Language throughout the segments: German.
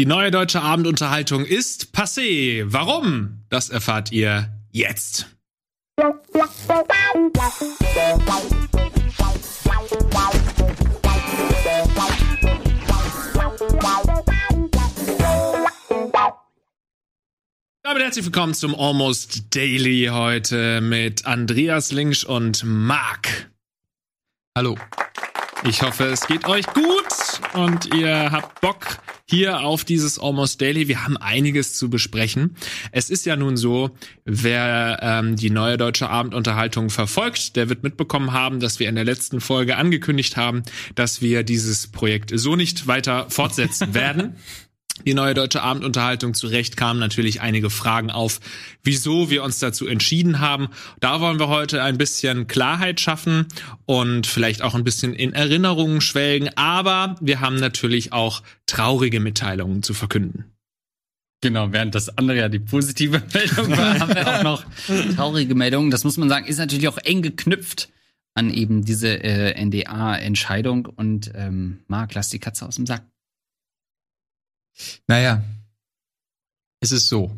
Die neue deutsche Abendunterhaltung ist passé. Warum? Das erfahrt ihr jetzt. Damit herzlich willkommen zum Almost Daily heute mit Andreas Linksch und Marc. Hallo. Ich hoffe, es geht euch gut und ihr habt Bock hier auf dieses Almost Daily. Wir haben einiges zu besprechen. Es ist ja nun so, wer die neue deutsche Abendunterhaltung verfolgt, der wird mitbekommen haben, dass wir in der letzten Folge angekündigt haben, dass wir dieses Projekt so nicht weiter fortsetzen werden. Die neue deutsche Abendunterhaltung. Zu Recht kamen natürlich einige Fragen auf, wieso wir uns dazu entschieden haben. Da wollen wir heute ein bisschen Klarheit schaffen und vielleicht auch ein bisschen in Erinnerungen schwelgen. Aber wir haben natürlich auch traurige Mitteilungen zu verkünden. Genau, während das andere ja die positive Meldung war, haben wir auch noch traurige Meldungen. Das muss man sagen, ist natürlich auch eng geknüpft an eben diese NDA-Entscheidung. Und Marc, lass die Katze aus dem Sack. Naja, es ist so.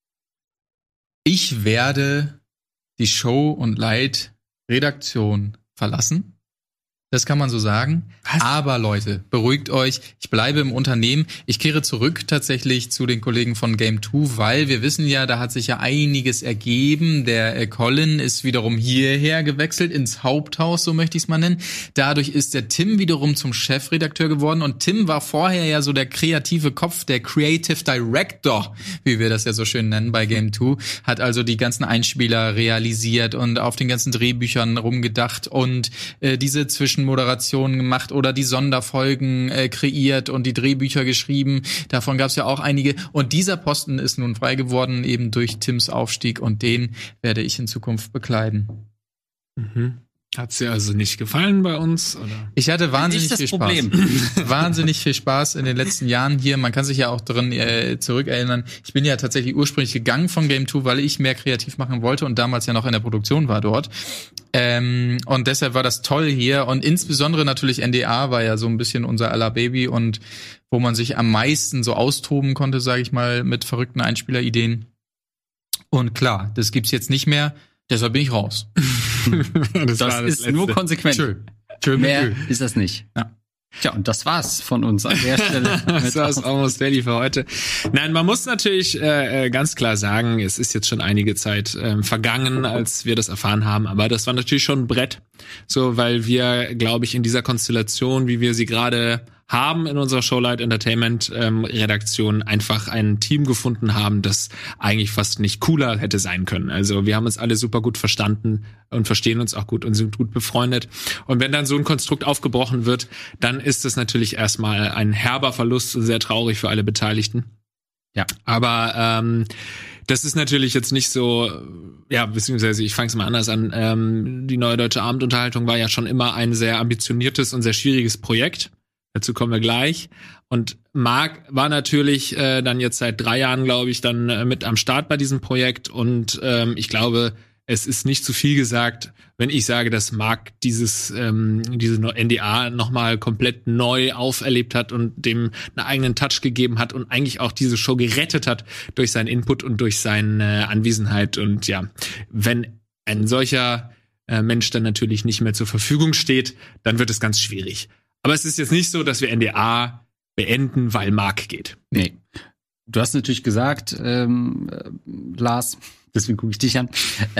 Ich werde die Show- und Leitredaktion verlassen. Das kann man so sagen. Was? Aber Leute, beruhigt euch. Ich bleibe im Unternehmen. Ich kehre zurück tatsächlich zu den Kollegen von Game 2, weil wir wissen ja, da hat sich ja einiges ergeben. Der Colin ist wiederum hierher gewechselt, ins Haupthaus, so möchte ich es mal nennen. Dadurch ist der Tim wiederum zum Chefredakteur geworden. Und Tim war vorher ja so der kreative Kopf, der Creative Director, wie wir das ja so schön nennen bei Game 2. Hat also die ganzen Einspieler realisiert und auf den ganzen Drehbüchern rumgedacht und diese Zwischenmoderationen gemacht oder die Sonderfolgen kreiert und die Drehbücher geschrieben. Davon gab es ja auch einige. Und dieser Posten ist nun frei geworden, eben durch Tims Aufstieg. Und den werde ich in Zukunft bekleiden. Mhm. Hat's dir also nicht gefallen bei uns? Oder? Ich hatte wahnsinnig viel Spaß. Wahnsinnig viel Spaß in den letzten Jahren hier. Man kann sich ja auch drin zurückerinnern. Ich bin ja tatsächlich ursprünglich gegangen von Game 2, weil ich mehr kreativ machen wollte und damals ja noch in der Produktion war dort. Und deshalb war das toll hier. Und insbesondere natürlich NDA war ja so ein bisschen unser aller Baby und wo man sich am meisten so austoben konnte, sage ich mal, mit verrückten Einspielerideen. Und klar, das gibt's jetzt nicht mehr. Deshalb bin ich raus. Das ist nur konsequent. Tschö. Mehr ist das nicht. Ja. Tja, und das war's von uns an der Stelle. Das war's Almost Daily für heute. Nein, man muss natürlich ganz klar sagen, es ist jetzt schon einige Zeit vergangen, als wir das erfahren haben, aber das war natürlich schon ein Brett, so, weil wir, glaube ich, in dieser Konstellation, wie wir sie gerade haben in unserer Showlight Entertainment Redaktion, einfach ein Team gefunden haben, das eigentlich fast nicht cooler hätte sein können. Also wir haben uns alle super gut verstanden und verstehen uns auch gut und sind gut befreundet. Und wenn dann so ein Konstrukt aufgebrochen wird, dann ist es natürlich erstmal ein herber Verlust und sehr traurig für alle Beteiligten. Ja. Aber das ist natürlich jetzt nicht so, ja, beziehungsweise ich fange es mal anders an. Die neue deutsche Abendunterhaltung war ja schon immer ein sehr ambitioniertes und sehr schwieriges Projekt. Dazu kommen wir gleich. Und Marc war natürlich dann jetzt seit 3 Jahren, glaube ich, dann mit am Start bei diesem Projekt. Und ich glaube, es ist nicht zu viel gesagt, wenn ich sage, dass Marc diese NDA nochmal komplett neu auferlebt hat und dem einen eigenen Touch gegeben hat und eigentlich auch diese Show gerettet hat durch seinen Input und durch seine Anwesenheit. Und ja, wenn ein solcher Mensch dann natürlich nicht mehr zur Verfügung steht, dann wird es ganz schwierig. Aber es ist jetzt nicht so, dass wir NDA beenden, weil Marc geht. Nee. Du hast natürlich gesagt, Lars, deswegen gucke ich dich an,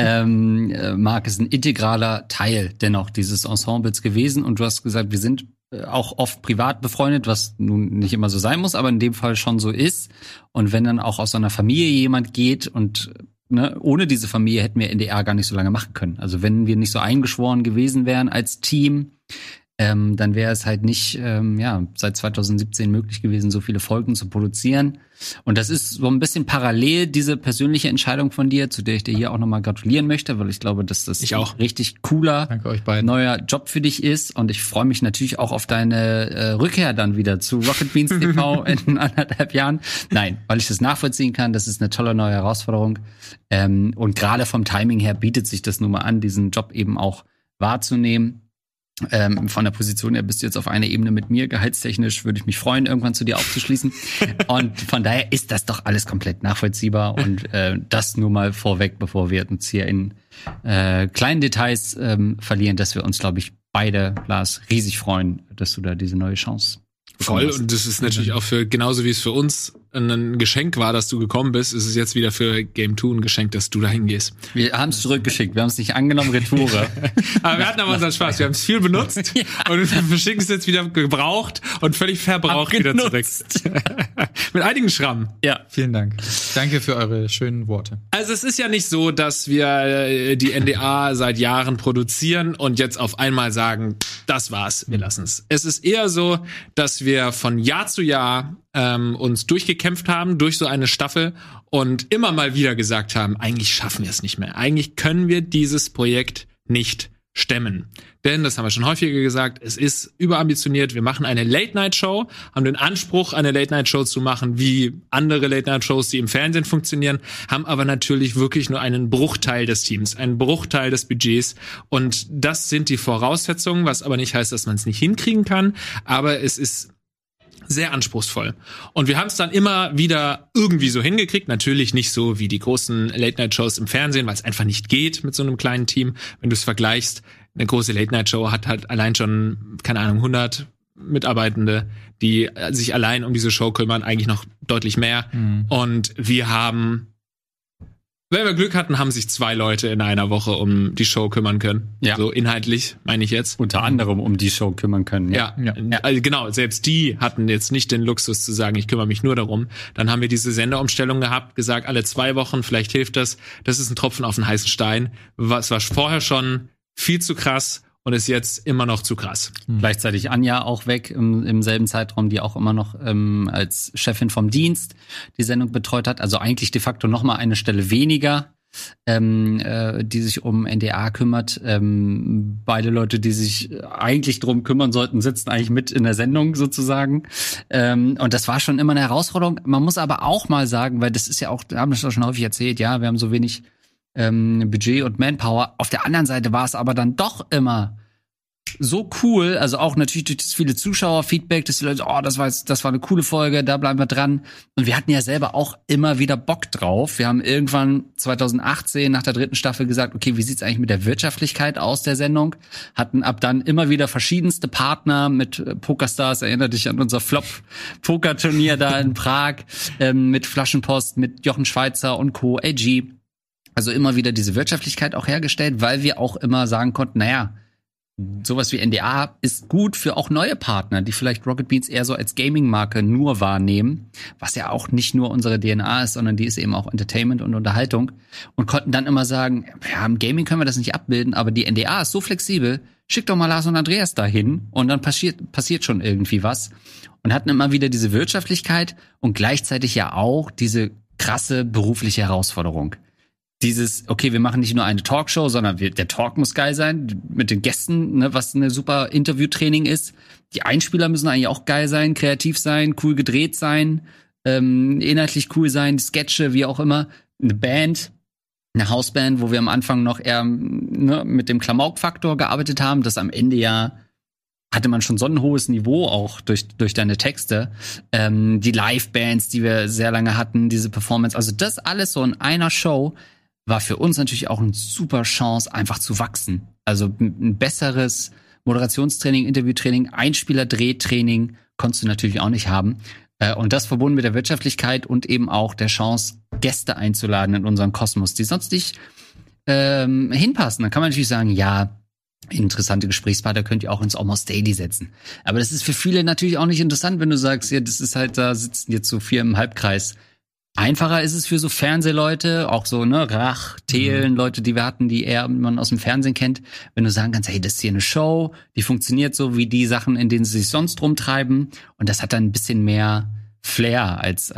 Marc ist ein integraler Teil dennoch dieses Ensembles gewesen. Und du hast gesagt, wir sind auch oft privat befreundet, was nun nicht immer so sein muss, aber in dem Fall schon so ist. Und wenn dann auch aus so einer Familie jemand geht und ohne diese Familie hätten wir NDR gar nicht so lange machen können. Also wenn wir nicht so eingeschworen gewesen wären als Team, dann wäre es halt nicht seit 2017 möglich gewesen, so viele Folgen zu produzieren. Und das ist so ein bisschen parallel, diese persönliche Entscheidung von dir, zu der ich dir hier auch nochmal gratulieren möchte, weil ich glaube, dass das ein richtig cooler neuer Job für dich ist. Und ich freue mich natürlich auch auf deine Rückkehr dann wieder zu Rocket Beans TV in 1,5 Jahren. Nein, weil ich das nachvollziehen kann. Das ist eine tolle neue Herausforderung. Und gerade vom Timing her bietet sich das nun mal an, diesen Job eben auch wahrzunehmen. Von der Position her bist du jetzt auf einer Ebene mit mir. Gehaltstechnisch würde ich mich freuen, irgendwann zu dir aufzuschließen. Und von daher ist das doch alles komplett nachvollziehbar. Und das nur mal vorweg, bevor wir uns hier in kleinen Details verlieren, dass wir uns, glaube ich, beide, Lars, riesig freuen, dass du da diese neue Chance voll. hast. Und das ist natürlich auch genauso wie es für uns ein Geschenk war, dass du gekommen bist, ist es jetzt wieder für Game 2 ein Geschenk, dass du dahin gehst. Wir haben es zurückgeschickt, wir haben es nicht angenommen, Retoure. Aber wir hatten aber unseren Spaß, wir haben es viel benutzt und wir schicken es jetzt wieder gebraucht und völlig verbraucht wieder zurück. Mit einigen Schrammen. Ja, vielen Dank. Danke für eure schönen Worte. Also es ist ja nicht so, dass wir die NDA seit Jahren produzieren und jetzt auf einmal sagen, das war's, wir lassen es. Es ist eher so, dass wir von Jahr zu Jahr uns durchgekämpft haben durch so eine Staffel und immer mal wieder gesagt haben, eigentlich schaffen wir es nicht mehr. Eigentlich können wir dieses Projekt nicht stemmen. Denn, das haben wir schon häufiger gesagt, es ist überambitioniert. Wir machen eine Late-Night-Show, haben den Anspruch, eine Late-Night-Show zu machen, wie andere Late-Night-Shows, die im Fernsehen funktionieren, haben aber natürlich wirklich nur einen Bruchteil des Teams, einen Bruchteil des Budgets. Und das sind die Voraussetzungen, was aber nicht heißt, dass man es nicht hinkriegen kann. Aber es ist sehr anspruchsvoll. Und wir haben es dann immer wieder irgendwie so hingekriegt. Natürlich nicht so wie die großen Late-Night-Shows im Fernsehen, weil es einfach nicht geht mit so einem kleinen Team. Wenn du es vergleichst, eine große Late-Night-Show hat halt allein schon, keine Ahnung, 100 Mitarbeitende, die sich allein um diese Show kümmern, eigentlich noch deutlich mehr. Mhm. Und wir haben, wenn wir Glück hatten, haben sich 2 Leute in einer Woche um die Show kümmern können. Ja. So inhaltlich, meine ich jetzt. Unter anderem um die Show kümmern können. Ja. Also genau, selbst die hatten jetzt nicht den Luxus zu sagen, ich kümmere mich nur darum. Dann haben wir diese Senderumstellung gehabt, gesagt, alle 2 Wochen, vielleicht hilft das. Das ist ein Tropfen auf den heißen Stein. Es war vorher schon viel zu krass und ist jetzt immer noch zu krass. Gleichzeitig Anja auch weg im selben Zeitraum, die auch immer noch als Chefin vom Dienst die Sendung betreut hat. Also eigentlich de facto noch mal eine Stelle weniger, die sich um NDA kümmert. Beide Leute, die sich eigentlich drum kümmern sollten, sitzen eigentlich mit in der Sendung sozusagen. Und das war schon immer eine Herausforderung. Man muss aber auch mal sagen, weil das ist ja auch, wir haben das schon häufig erzählt, ja, wir haben so wenig Budget und Manpower. Auf der anderen Seite war es aber dann doch immer so cool, also auch natürlich durch das viele Zuschauerfeedback, dass die Leute, das war eine coole Folge, da bleiben wir dran. Und wir hatten ja selber auch immer wieder Bock drauf. Wir haben irgendwann 2018 nach der 3. Staffel gesagt, okay, wie sieht's eigentlich mit der Wirtschaftlichkeit aus der Sendung? Hatten ab dann immer wieder verschiedenste Partner mit PokerStars, erinnert dich an unser Flop-Poker-Turnier da in Prag, mit Flaschenpost, mit Jochen Schweizer und Co., AG. Also immer wieder diese Wirtschaftlichkeit auch hergestellt, weil wir auch immer sagen konnten, naja, sowas wie NDA ist gut für auch neue Partner, die vielleicht Rocket Beans eher so als Gaming-Marke nur wahrnehmen, was ja auch nicht nur unsere DNA ist, sondern die ist eben auch Entertainment und Unterhaltung, und konnten dann immer sagen, ja, im Gaming können wir das nicht abbilden, aber die NDA ist so flexibel, schick doch mal Lars und Andreas dahin und dann passiert schon irgendwie was. Und hatten immer wieder diese Wirtschaftlichkeit und gleichzeitig ja auch diese krasse berufliche Herausforderung. Dieses, okay, wir machen nicht nur eine Talkshow, sondern der Talk muss geil sein, mit den Gästen, ne, was eine super Interviewtraining ist. Die Einspieler müssen eigentlich auch geil sein, kreativ sein, cool gedreht sein, inhaltlich cool sein, die Sketche, wie auch immer. Eine Band, eine Hausband, wo wir am Anfang noch eher mit dem Klamauk-Faktor gearbeitet haben, das am Ende ja hatte man schon so ein hohes Niveau auch durch deine Texte. Die Live-Bands, die wir sehr lange hatten, diese Performance, also das alles so in einer Show war für uns natürlich auch eine super Chance, einfach zu wachsen. Also ein besseres Moderationstraining, Interviewtraining, Einspieler-Drehtraining konntest du natürlich auch nicht haben. Und das verbunden mit der Wirtschaftlichkeit und eben auch der Chance, Gäste einzuladen in unseren Kosmos, die sonst nicht hinpassen. Dann kann man natürlich sagen, ja, interessante Gesprächspartner könnt ihr auch ins Almost Daily setzen. Aber das ist für viele natürlich auch nicht interessant, wenn du sagst, ja, das ist halt, da sitzen jetzt so 4 im Halbkreis. Einfacher ist es für so Fernsehleute, auch so, Rach, Thelen, Leute, die wir hatten, die eher man aus dem Fernsehen kennt, wenn du sagen kannst, hey, das ist hier eine Show, die funktioniert so wie die Sachen, in denen sie sich sonst rumtreiben. Und das hat dann ein bisschen mehr Flair als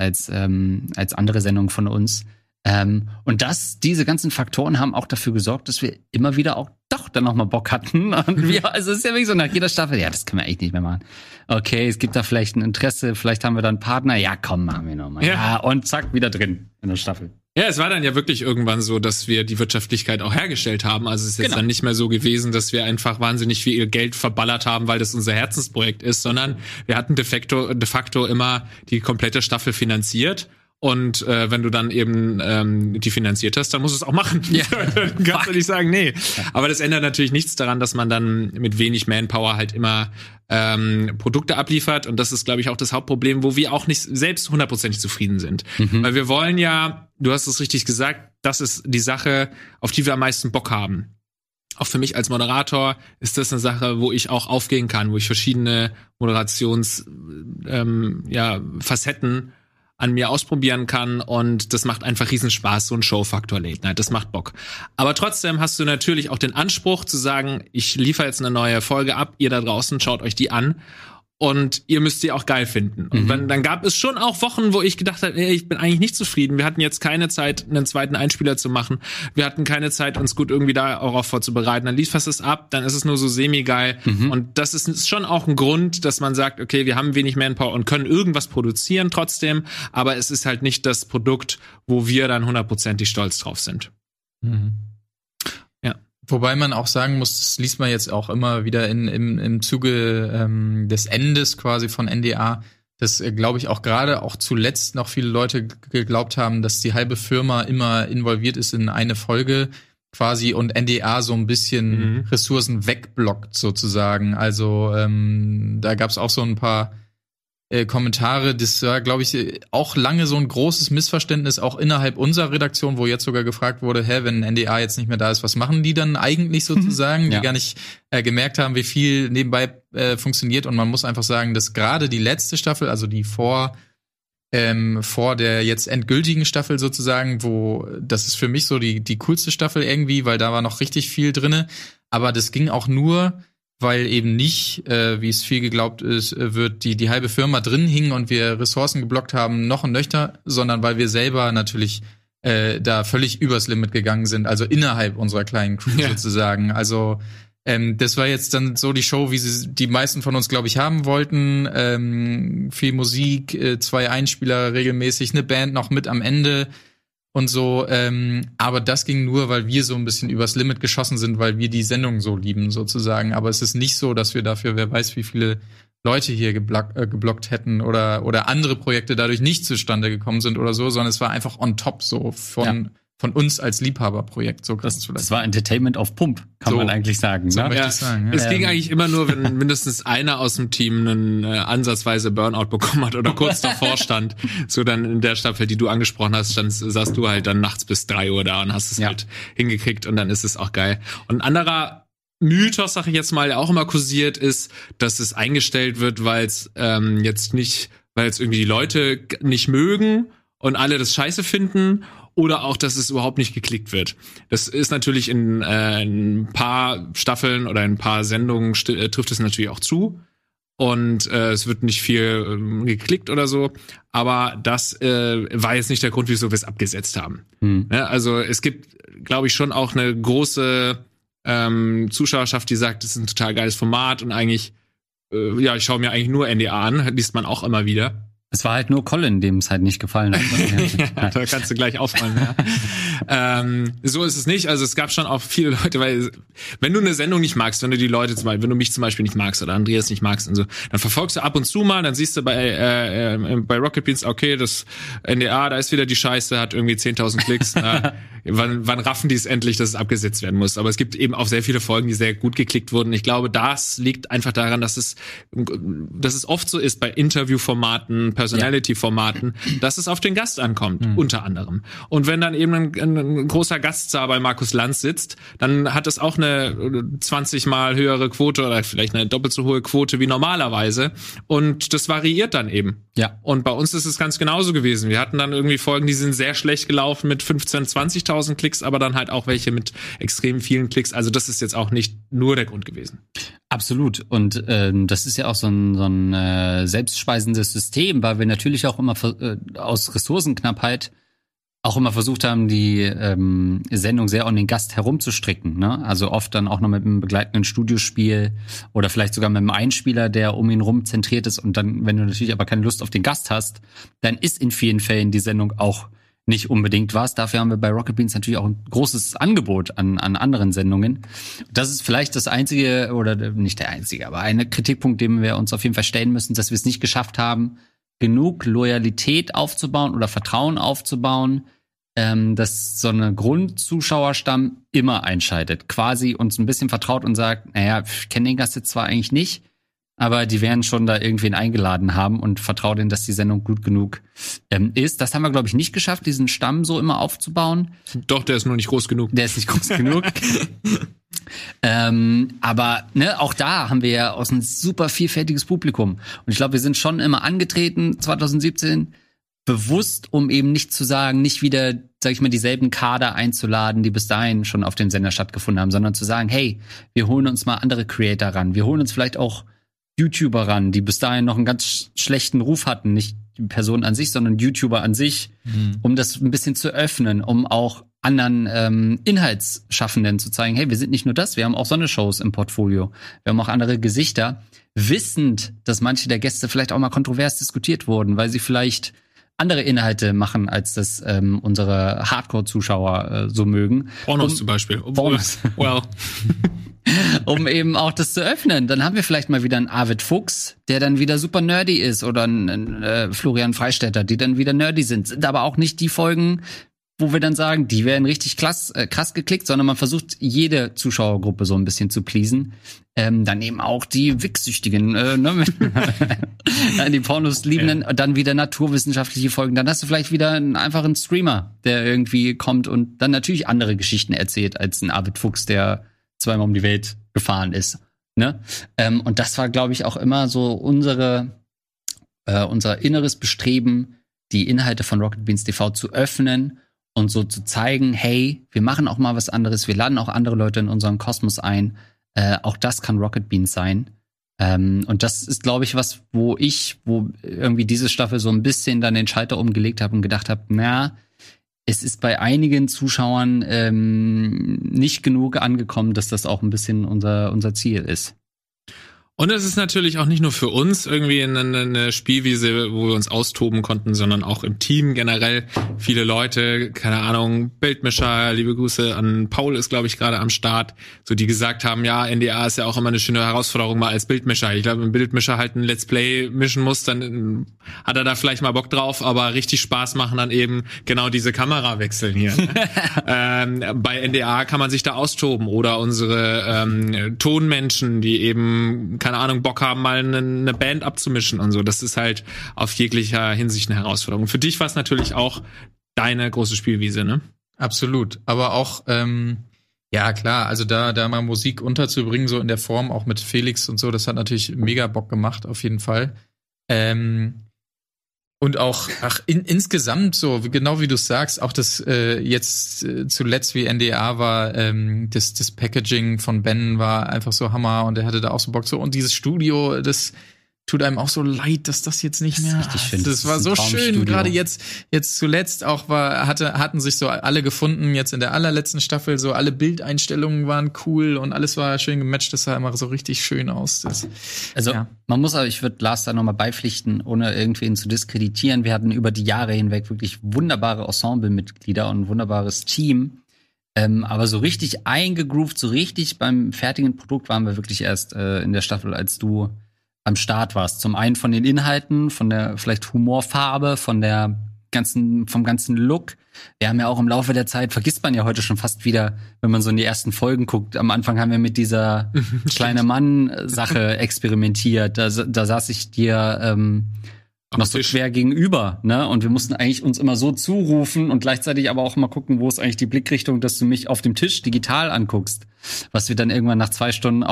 andere Sendungen von uns. Und diese ganzen Faktoren haben auch dafür gesorgt, dass wir immer wieder auch doch dann noch mal Bock hatten. Und wir, also es ist ja wirklich so nach jeder Staffel, ja, das können wir echt nicht mehr machen. Okay, es gibt da vielleicht ein Interesse, vielleicht haben wir da einen Partner. Ja, komm, machen wir nochmal. Ja, und zack, wieder drin in der Staffel. Ja, es war dann ja wirklich irgendwann so, dass wir die Wirtschaftlichkeit auch hergestellt haben. Also es ist jetzt dann nicht mehr so gewesen, dass wir einfach wahnsinnig viel Geld verballert haben, weil das unser Herzensprojekt ist, sondern wir hatten de facto immer die komplette Staffel finanziert. Und wenn du dann eben die finanziert hast, dann musst du es auch machen. Ja. Dann kannst du nicht sagen, nee. Aber das ändert natürlich nichts daran, dass man dann mit wenig Manpower halt immer Produkte abliefert. Und das ist, glaube ich, auch das Hauptproblem, wo wir auch nicht selbst 100% zufrieden sind. Weil wir wollen ja, du hast es richtig gesagt, das ist die Sache, auf die wir am meisten Bock haben. Auch für mich als Moderator ist das eine Sache, wo ich auch aufgehen kann, wo ich verschiedene Facetten an mir ausprobieren kann, und das macht einfach riesen Spaß, so ein Showfaktor Late Night, das macht Bock. Aber trotzdem hast du natürlich auch den Anspruch zu sagen, ich liefere jetzt eine neue Folge ab, ihr da draußen schaut euch die an und ihr müsst die auch geil finden. Und dann gab es schon auch Wochen, wo ich gedacht habe, ich bin eigentlich nicht zufrieden. Wir hatten jetzt keine Zeit, einen zweiten Einspieler zu machen. Wir hatten keine Zeit, uns gut irgendwie darauf vorzubereiten. Dann liefert es ab, dann ist es nur so semi-geil. Und das ist schon auch ein Grund, dass man sagt, okay, wir haben wenig Manpower und können irgendwas produzieren trotzdem, aber es ist halt nicht das Produkt, wo wir dann 100% stolz drauf sind. Wobei man auch sagen muss, das liest man jetzt auch immer wieder im Zuge des Endes quasi von NDA, dass, glaube ich, auch gerade auch zuletzt noch viele Leute geglaubt haben, dass die halbe Firma immer involviert ist in eine Folge quasi und NDA so ein bisschen Ressourcen wegblockt sozusagen. Also da gab es auch so ein paar Kommentare, das war, glaube ich, auch lange so ein großes Missverständnis, auch innerhalb unserer Redaktion, wo jetzt sogar gefragt wurde, wenn NDA jetzt nicht mehr da ist, was machen die dann eigentlich sozusagen, die gar nicht gemerkt haben, wie viel nebenbei funktioniert. Und man muss einfach sagen, dass gerade die letzte Staffel, also die vor der jetzt endgültigen Staffel sozusagen, wo das ist für mich so die coolste Staffel irgendwie, weil da war noch richtig viel drinne, aber das ging auch nur, weil eben nicht, wie es viel geglaubt ist, wird die halbe Firma drin hing und wir Ressourcen geblockt haben, noch und nöchter, sondern weil wir selber natürlich da völlig übers Limit gegangen sind, also innerhalb unserer kleinen Crew sozusagen. Also das war jetzt dann so die Show, wie sie die meisten von uns, glaube ich, haben wollten. Viel Musik, 2 Einspieler regelmäßig, eine Band noch mit am Ende und so, aber das ging nur, weil wir so ein bisschen übers Limit geschossen sind, weil wir die Sendung so lieben, sozusagen. Aber es ist nicht so, dass wir dafür, wer weiß, wie viele Leute hier geblockt hätten oder andere Projekte dadurch nicht zustande gekommen sind oder so, sondern es war einfach on top so von uns als Liebhaberprojekt. So das war Entertainment auf Pump, kann man eigentlich sagen. So möchte ich sagen. Es ging eigentlich immer nur, wenn mindestens einer aus dem Team einen ansatzweise Burnout bekommen hat oder kurz davor stand. So dann in der Staffel, die du angesprochen hast, saßt du halt dann nachts bis 3 Uhr da und hast es halt hingekriegt, und dann ist es auch geil. Und ein anderer Mythos, sag ich jetzt mal, der auch immer kursiert, ist, dass es eingestellt wird, weil es irgendwie die Leute nicht mögen und alle das scheiße finden, oder auch, dass es überhaupt nicht geklickt wird. Das ist natürlich in ein paar Staffeln oder in ein paar Sendungen trifft es natürlich auch zu. Und es wird nicht viel geklickt oder so. Aber das war jetzt nicht der Grund, wieso wir es abgesetzt haben. Ja, also es gibt, glaube ich, schon auch eine große Zuschauerschaft, die sagt, das ist ein total geiles Format und eigentlich, ich schaue mir eigentlich nur NDA an, liest man auch immer wieder. Es war halt nur Colin, dem es halt nicht gefallen hat. Da kannst du gleich aufräumen. So ist es nicht. Also es gab schon auch viele Leute, weil wenn du eine Sendung nicht magst, wenn du mich zum Beispiel nicht magst oder Andreas nicht magst und so, dann verfolgst du ab und zu mal, dann siehst du bei Rocket Beans, okay, das NDA, da ist wieder die Scheiße, hat irgendwie 10.000 Klicks. Wann raffen die es endlich, dass es abgesetzt werden muss? Aber es gibt eben auch sehr viele Folgen, die sehr gut geklickt wurden. Ich glaube, das liegt einfach daran, dass es oft so ist bei Interviewformaten, Personality-Formaten, dass es auf den Gast ankommt, unter anderem. Und wenn dann eben ein großer Gaststar bei Markus Lanz sitzt, dann hat es auch eine 20-mal höhere Quote oder vielleicht eine doppelt so hohe Quote wie normalerweise. Und das variiert dann eben. Ja. Und bei uns ist es ganz genauso gewesen. Wir hatten dann irgendwie Folgen, die sind sehr schlecht gelaufen mit 15.000, 20.000 Klicks, aber dann halt auch welche mit extrem vielen Klicks. Also das ist jetzt auch nicht nur der Grund gewesen. Absolut. Und das ist ja auch so ein selbstspeisendes System, weil wir natürlich auch immer aus Ressourcenknappheit auch immer versucht haben, die Sendung sehr um den Gast herumzustricken, ne? Also oft dann auch noch mit einem begleitenden Studiospiel oder vielleicht sogar mit einem Einspieler, der um ihn rum zentriert ist. Und dann, wenn du natürlich aber keine Lust auf den Gast hast, dann ist in vielen Fällen die Sendung auch nicht unbedingt was. Dafür haben wir bei Rocket Beans natürlich auch ein großes Angebot an anderen Sendungen. Das ist vielleicht das einzige, oder nicht der einzige, aber ein Kritikpunkt, den wir uns auf jeden Fall stellen müssen, dass wir es nicht geschafft haben, genug Loyalität aufzubauen oder Vertrauen aufzubauen, dass so eine Grundzuschauerstamm immer einschaltet. Quasi uns ein bisschen vertraut und sagt, naja, ich kenne den Gast jetzt zwar eigentlich nicht, aber die werden schon da irgendwen eingeladen haben und vertraue denen, dass die Sendung gut genug ist. Das haben wir, glaube ich, nicht geschafft, diesen Stamm so immer aufzubauen. Doch, der ist nur nicht groß genug. Der ist nicht groß genug. Aber ne, auch da haben wir ja aus ein super vielfältiges Publikum. Und ich glaube, wir sind schon immer angetreten, 2017, bewusst, um eben nicht zu sagen, nicht wieder, sag ich mal, dieselben Kader einzuladen, die bis dahin schon auf dem Sender stattgefunden haben, sondern zu sagen, hey, wir holen uns mal andere Creator ran. Wir holen uns vielleicht auch YouTuber ran, die bis dahin noch einen ganz schlechten Ruf hatten. Nicht die Person an sich, sondern YouTuber an sich, um das ein bisschen zu öffnen, um auch anderen Inhaltsschaffenden zu zeigen, hey, wir sind nicht nur das, wir haben auch so eine Shows im Portfolio. Wir haben auch andere Gesichter, wissend, dass manche der Gäste vielleicht auch mal kontrovers diskutiert wurden, weil sie vielleicht andere Inhalte machen, als das unsere Hardcore-Zuschauer so mögen. Pornos zum Beispiel. Pornos. Well. Um eben auch das zu öffnen. Dann haben wir vielleicht mal wieder einen Arvid Fuchs, der dann wieder super nerdy ist, oder einen Florian Freistetter, die dann wieder nerdy sind aber auch nicht die Folgen, wo wir dann sagen, die werden richtig krass geklickt, sondern man versucht, jede Zuschauergruppe so ein bisschen zu pleasen. Dann eben auch die Wichssüchtigen, ne? Die Pornos liebenden, dann wieder naturwissenschaftliche Folgen. Dann hast du vielleicht wieder einen einfachen Streamer, der irgendwie kommt und dann natürlich andere Geschichten erzählt, als ein Arvid Fuchs, der zweimal um die Welt gefahren ist. Ne? Und das war, glaube ich, auch immer so unser inneres Bestreben, die Inhalte von Rocket Beans TV zu öffnen und so zu zeigen, hey, wir machen auch mal was anderes, wir laden auch andere Leute in unseren Kosmos ein. Auch das kann Rocket Beans sein. Und das ist, glaube ich, was, wo irgendwie diese Staffel so ein bisschen dann den Schalter umgelegt habe und gedacht habe, na, es ist bei einigen Zuschauern nicht genug angekommen, dass das auch ein bisschen unser Ziel ist. Und es ist natürlich auch nicht nur für uns irgendwie eine Spielwiese, wo wir uns austoben konnten, sondern auch im Team generell. Viele Leute, keine Ahnung, Bildmischer, liebe Grüße an Paul ist, glaube ich, gerade am Start, so die gesagt haben, ja, NDA ist ja auch immer eine schöne Herausforderung mal als Bildmischer. Ich glaube, wenn ein Bildmischer halt ein Let's Play mischen muss, dann hat er da vielleicht mal Bock drauf, aber richtig Spaß machen dann eben genau diese Kamerawechseln hier. Ne? Bei NDA kann man sich da austoben oder unsere Tonmenschen, die eben keine Ahnung, Bock haben, mal eine Band abzumischen und so. Das ist halt auf jeglicher Hinsicht eine Herausforderung. Für dich war es natürlich auch deine große Spielwiese, ne? Absolut. Aber auch, ja klar, also da mal Musik unterzubringen, so in der Form, auch mit Felix und so, das hat natürlich mega Bock gemacht, auf jeden Fall. Und auch, insgesamt so, genau wie du sagst, auch das jetzt zuletzt wie NDA war, das Packaging von Ben war einfach so Hammer und er hatte da auch so Bock so. Und dieses Studio, das tut einem auch so leid, dass das jetzt nicht mehr. Das war so schön, gerade jetzt zuletzt auch hatten sich so alle gefunden, jetzt in der allerletzten Staffel, so alle Bildeinstellungen waren cool und alles war schön gematcht, das sah immer so richtig schön aus. Man muss aber, ich würde Lars da nochmal beipflichten, ohne irgendwen zu diskreditieren. Wir hatten über die Jahre hinweg wirklich wunderbare Ensemblemitglieder und ein wunderbares Team. Aber so richtig eingegroovt, so richtig beim fertigen Produkt waren wir wirklich erst in der Staffel, als du am Start warst. Zum einen von den Inhalten, von der vielleicht Humorfarbe, vom ganzen Look. Wir haben ja auch im Laufe der Zeit, vergisst man ja heute schon fast wieder, wenn man so in die ersten Folgen guckt. Am Anfang haben wir mit dieser kleine Mann-Sache experimentiert. Da saß ich dir noch so schwer gegenüber, ne? Und wir mussten eigentlich uns immer so zurufen und gleichzeitig aber auch mal gucken, wo ist eigentlich die Blickrichtung, dass du mich auf dem Tisch digital anguckst. Was wir dann irgendwann nach 2 Staffeln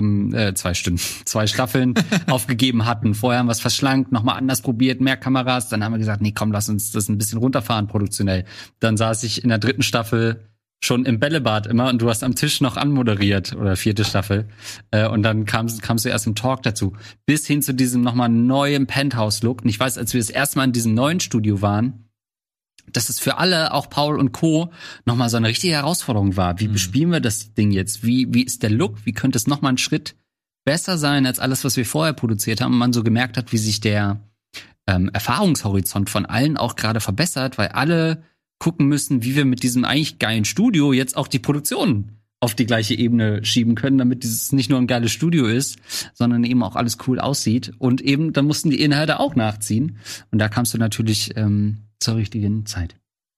aufgegeben hatten. Vorher haben wir es verschlankt, nochmal anders probiert, mehr Kameras. Dann haben wir gesagt, nee, komm, lass uns das ein bisschen runterfahren produktionell. Dann saß ich in der 3. Staffel schon im Bällebad immer und du hast am Tisch noch anmoderiert, oder 4. Staffel. Und dann kamst du erst im Talk dazu. Bis hin zu diesem nochmal neuen Penthouse-Look. Und ich weiß, als wir das erste Mal in diesem neuen Studio waren, dass es für alle, auch Paul und Co., nochmal so eine richtige Herausforderung war. Wie bespielen wir das Ding jetzt? Wie ist der Look? Wie könnte es nochmal einen Schritt besser sein als alles, was wir vorher produziert haben? Und man so gemerkt hat, wie sich der Erfahrungshorizont von allen auch gerade verbessert, weil alle gucken müssen, wie wir mit diesem eigentlich geilen Studio jetzt auch die Produktion auf die gleiche Ebene schieben können, damit dieses nicht nur ein geiles Studio ist, sondern eben auch alles cool aussieht. Und eben, dann mussten die Inhalte auch nachziehen. Und da kamst du natürlich zur richtigen Zeit.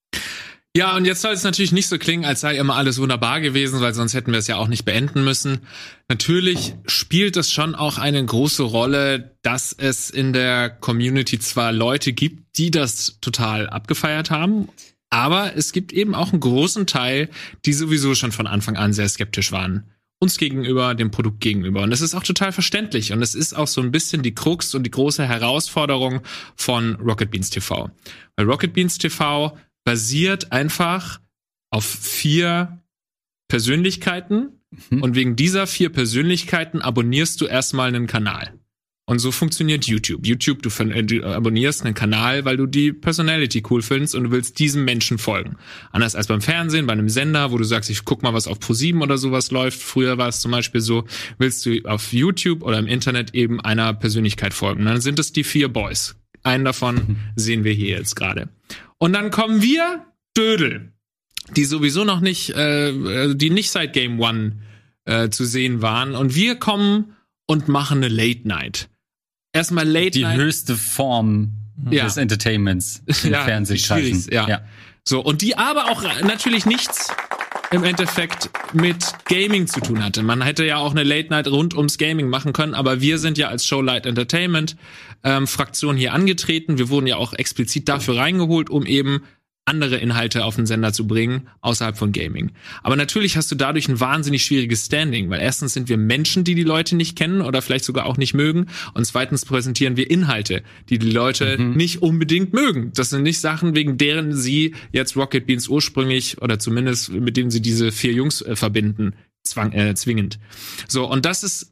Ja, und jetzt soll es natürlich nicht so klingen, als sei immer alles wunderbar gewesen, weil sonst hätten wir es ja auch nicht beenden müssen. Natürlich spielt es schon auch eine große Rolle, dass es in der Community zwar Leute gibt, die das total abgefeiert haben, aber es gibt eben auch einen großen Teil, die sowieso schon von Anfang an sehr skeptisch waren. Uns gegenüber, dem Produkt gegenüber. Und das ist auch total verständlich. Und es ist auch so ein bisschen die Krux und die große Herausforderung von Rocket Beans TV. Weil Rocket Beans TV basiert einfach auf 4 Persönlichkeiten. Und wegen dieser 4 Persönlichkeiten abonnierst du erstmal einen Kanal. Und so funktioniert YouTube. Du abonnierst einen Kanal, weil du die Personality cool findest und du willst diesem Menschen folgen. Anders als beim Fernsehen, bei einem Sender, wo du sagst, ich guck mal, was auf Pro7 oder sowas läuft. Früher war es zum Beispiel so, willst du auf YouTube oder im Internet eben einer Persönlichkeit folgen. Und dann sind es die 4 Boys. Einen davon sehen wir hier jetzt gerade. Und dann kommen wir, Dödel, die sowieso noch nicht, die nicht seit Game One zu sehen waren. Und wir kommen und machen eine Late Night. Erstmal Late Night. Die höchste Form des Entertainments im Fernsehschaffen. Ja. So, und die aber auch natürlich nichts im Endeffekt mit Gaming zu tun hatte. Man hätte ja auch eine Late Night rund ums Gaming machen können, aber wir sind ja als Show Light Entertainment Fraktion hier angetreten. Wir wurden ja auch explizit dafür reingeholt, um eben andere Inhalte auf den Sender zu bringen, außerhalb von Gaming. Aber natürlich hast du dadurch ein wahnsinnig schwieriges Standing, weil erstens sind wir Menschen, die Leute nicht kennen oder vielleicht sogar auch nicht mögen, und zweitens präsentieren wir Inhalte, die Leute nicht unbedingt mögen. Das sind nicht Sachen, wegen deren sie jetzt Rocket Beans ursprünglich oder zumindest mit denen sie diese 4 Jungs verbinden, zwingend. So, und das ist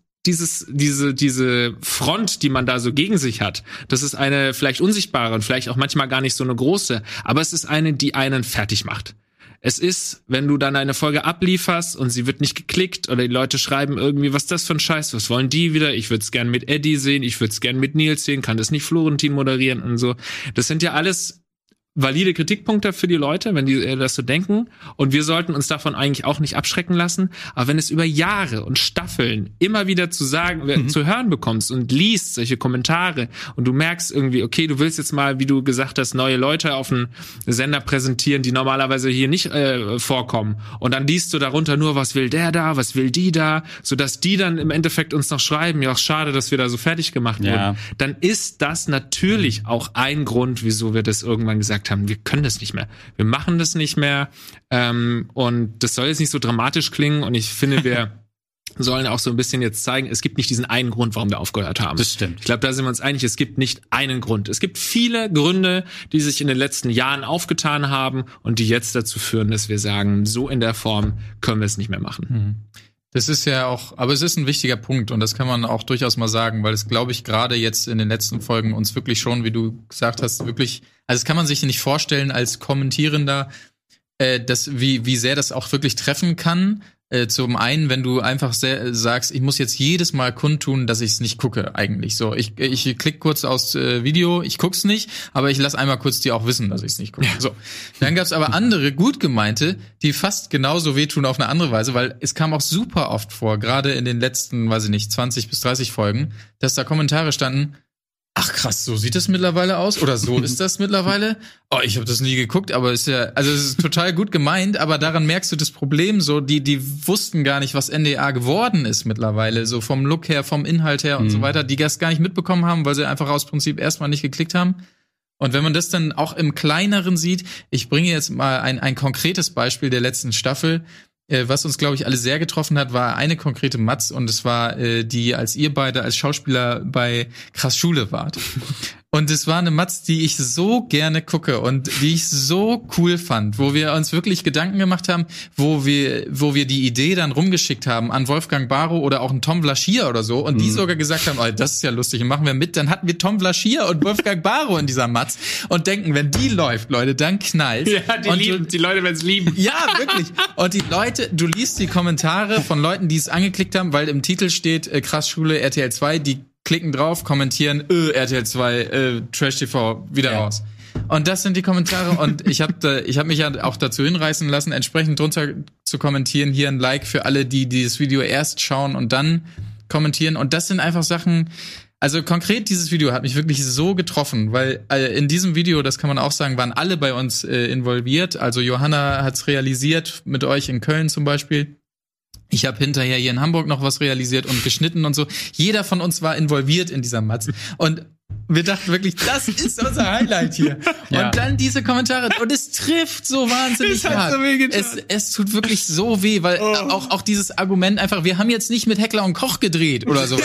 diese Front, die man da so gegen sich hat, das ist eine vielleicht unsichtbare und vielleicht auch manchmal gar nicht so eine große, aber es ist eine, die einen fertig macht. Es ist, wenn du dann eine Folge ablieferst und sie wird nicht geklickt oder die Leute schreiben irgendwie, was ist das für ein Scheiß, was wollen die wieder? Ich würde es gern mit Eddie sehen, ich würde es gern mit Nils sehen, kann das nicht Florentin moderieren und so. Das sind ja alles valide Kritikpunkte für die Leute, wenn die das so denken. Und wir sollten uns davon eigentlich auch nicht abschrecken lassen. Aber wenn es über Jahre und Staffeln immer wieder zu hören bekommst und liest solche Kommentare und du merkst irgendwie, okay, du willst jetzt mal, wie du gesagt hast, neue Leute auf den Sender präsentieren, die normalerweise hier nicht vorkommen. Und dann liest du darunter nur, was will der da, was will die da, sodass die dann im Endeffekt uns noch schreiben, ja, schade, dass wir da so fertig gemacht wurden. Dann ist das natürlich auch ein Grund, wieso wir das irgendwann gesagt haben, wir können das nicht mehr. Wir machen das nicht mehr. Und das soll jetzt nicht so dramatisch klingen. Und ich finde, wir sollen auch so ein bisschen jetzt zeigen, es gibt nicht diesen einen Grund, warum wir aufgehört haben. Das stimmt. Ich glaube, da sind wir uns einig, es gibt nicht einen Grund. Es gibt viele Gründe, die sich in den letzten Jahren aufgetan haben und die jetzt dazu führen, dass wir sagen, so in der Form können wir es nicht mehr machen. Das ist ja auch, aber es ist ein wichtiger Punkt und das kann man auch durchaus mal sagen, weil es, glaube ich, gerade jetzt in den letzten Folgen uns wirklich schon, wie du gesagt hast, wirklich, also das kann man sich nicht vorstellen als Kommentierender, wie sehr das auch wirklich treffen kann. Zum einen, wenn du einfach sagst, ich muss jetzt jedes Mal kundtun, dass ich es nicht gucke eigentlich. So, ich klick kurz aufs Video, ich guck's nicht, aber ich lass einmal kurz dir auch wissen, dass ich es nicht gucke. So, dann gab's aber andere gut gemeinte, die fast genauso wehtun auf eine andere Weise, weil es kam auch super oft vor, gerade in den letzten, weiß ich nicht, 20 bis 30 Folgen, dass da Kommentare standen, ach krass, so sieht das mittlerweile aus oder so ist das mittlerweile. Oh, ich habe das nie geguckt, aber ist ja, also es ist total gut gemeint, aber daran merkst du das Problem so, die wussten gar nicht, was NDA geworden ist mittlerweile, so vom Look her, vom Inhalt her und so weiter, die das gar nicht mitbekommen haben, weil sie einfach aus Prinzip erstmal nicht geklickt haben. Und wenn man das dann auch im Kleineren sieht, ich bringe jetzt mal ein konkretes Beispiel der letzten Staffel. Was uns, glaube ich, alle sehr getroffen hat, war eine konkrete Matz und es war die, als ihr beide als Schauspieler bei Krass Schule wart. Und es war eine Matz, die ich so gerne gucke und die ich so cool fand, wo wir uns wirklich Gedanken gemacht haben, wo wir die Idee dann rumgeschickt haben an Wolfgang Barrow oder auch einen Tom Vlaschier oder so und die sogar gesagt haben, oh, das ist ja lustig, machen wir mit. Dann hatten wir Tom Vlaschier und Wolfgang Barrow in dieser Matz und denken, wenn die läuft, Leute, dann knallt. Ja, die Leute werden es lieben. Ja, wirklich. Und die Leute, du liest die Kommentare von Leuten, die es angeklickt haben, weil im Titel steht, krass Schule, RTL 2, die klicken drauf, kommentieren, RTL 2, Trash TV, wieder raus. Und das sind die Kommentare und ich hab mich ja auch dazu hinreißen lassen, entsprechend drunter zu kommentieren. Hier ein Like für alle, die dieses Video erst schauen und dann kommentieren. Und das sind einfach Sachen, also konkret dieses Video hat mich wirklich so getroffen, weil in diesem Video, das kann man auch sagen, waren alle bei uns involviert. Also Johanna hat's realisiert, mit euch in Köln zum Beispiel. Ich habe hinterher hier in Hamburg noch was realisiert und geschnitten und so. Jeder von uns war involviert in dieser Matz. Und wir dachten wirklich, das ist unser Highlight hier. Ja. Und dann diese Kommentare. Und es trifft so wahnsinnig hart. Es tut wirklich so weh, weil auch dieses Argument einfach, wir haben jetzt nicht mit Heckler und Koch gedreht oder sowas.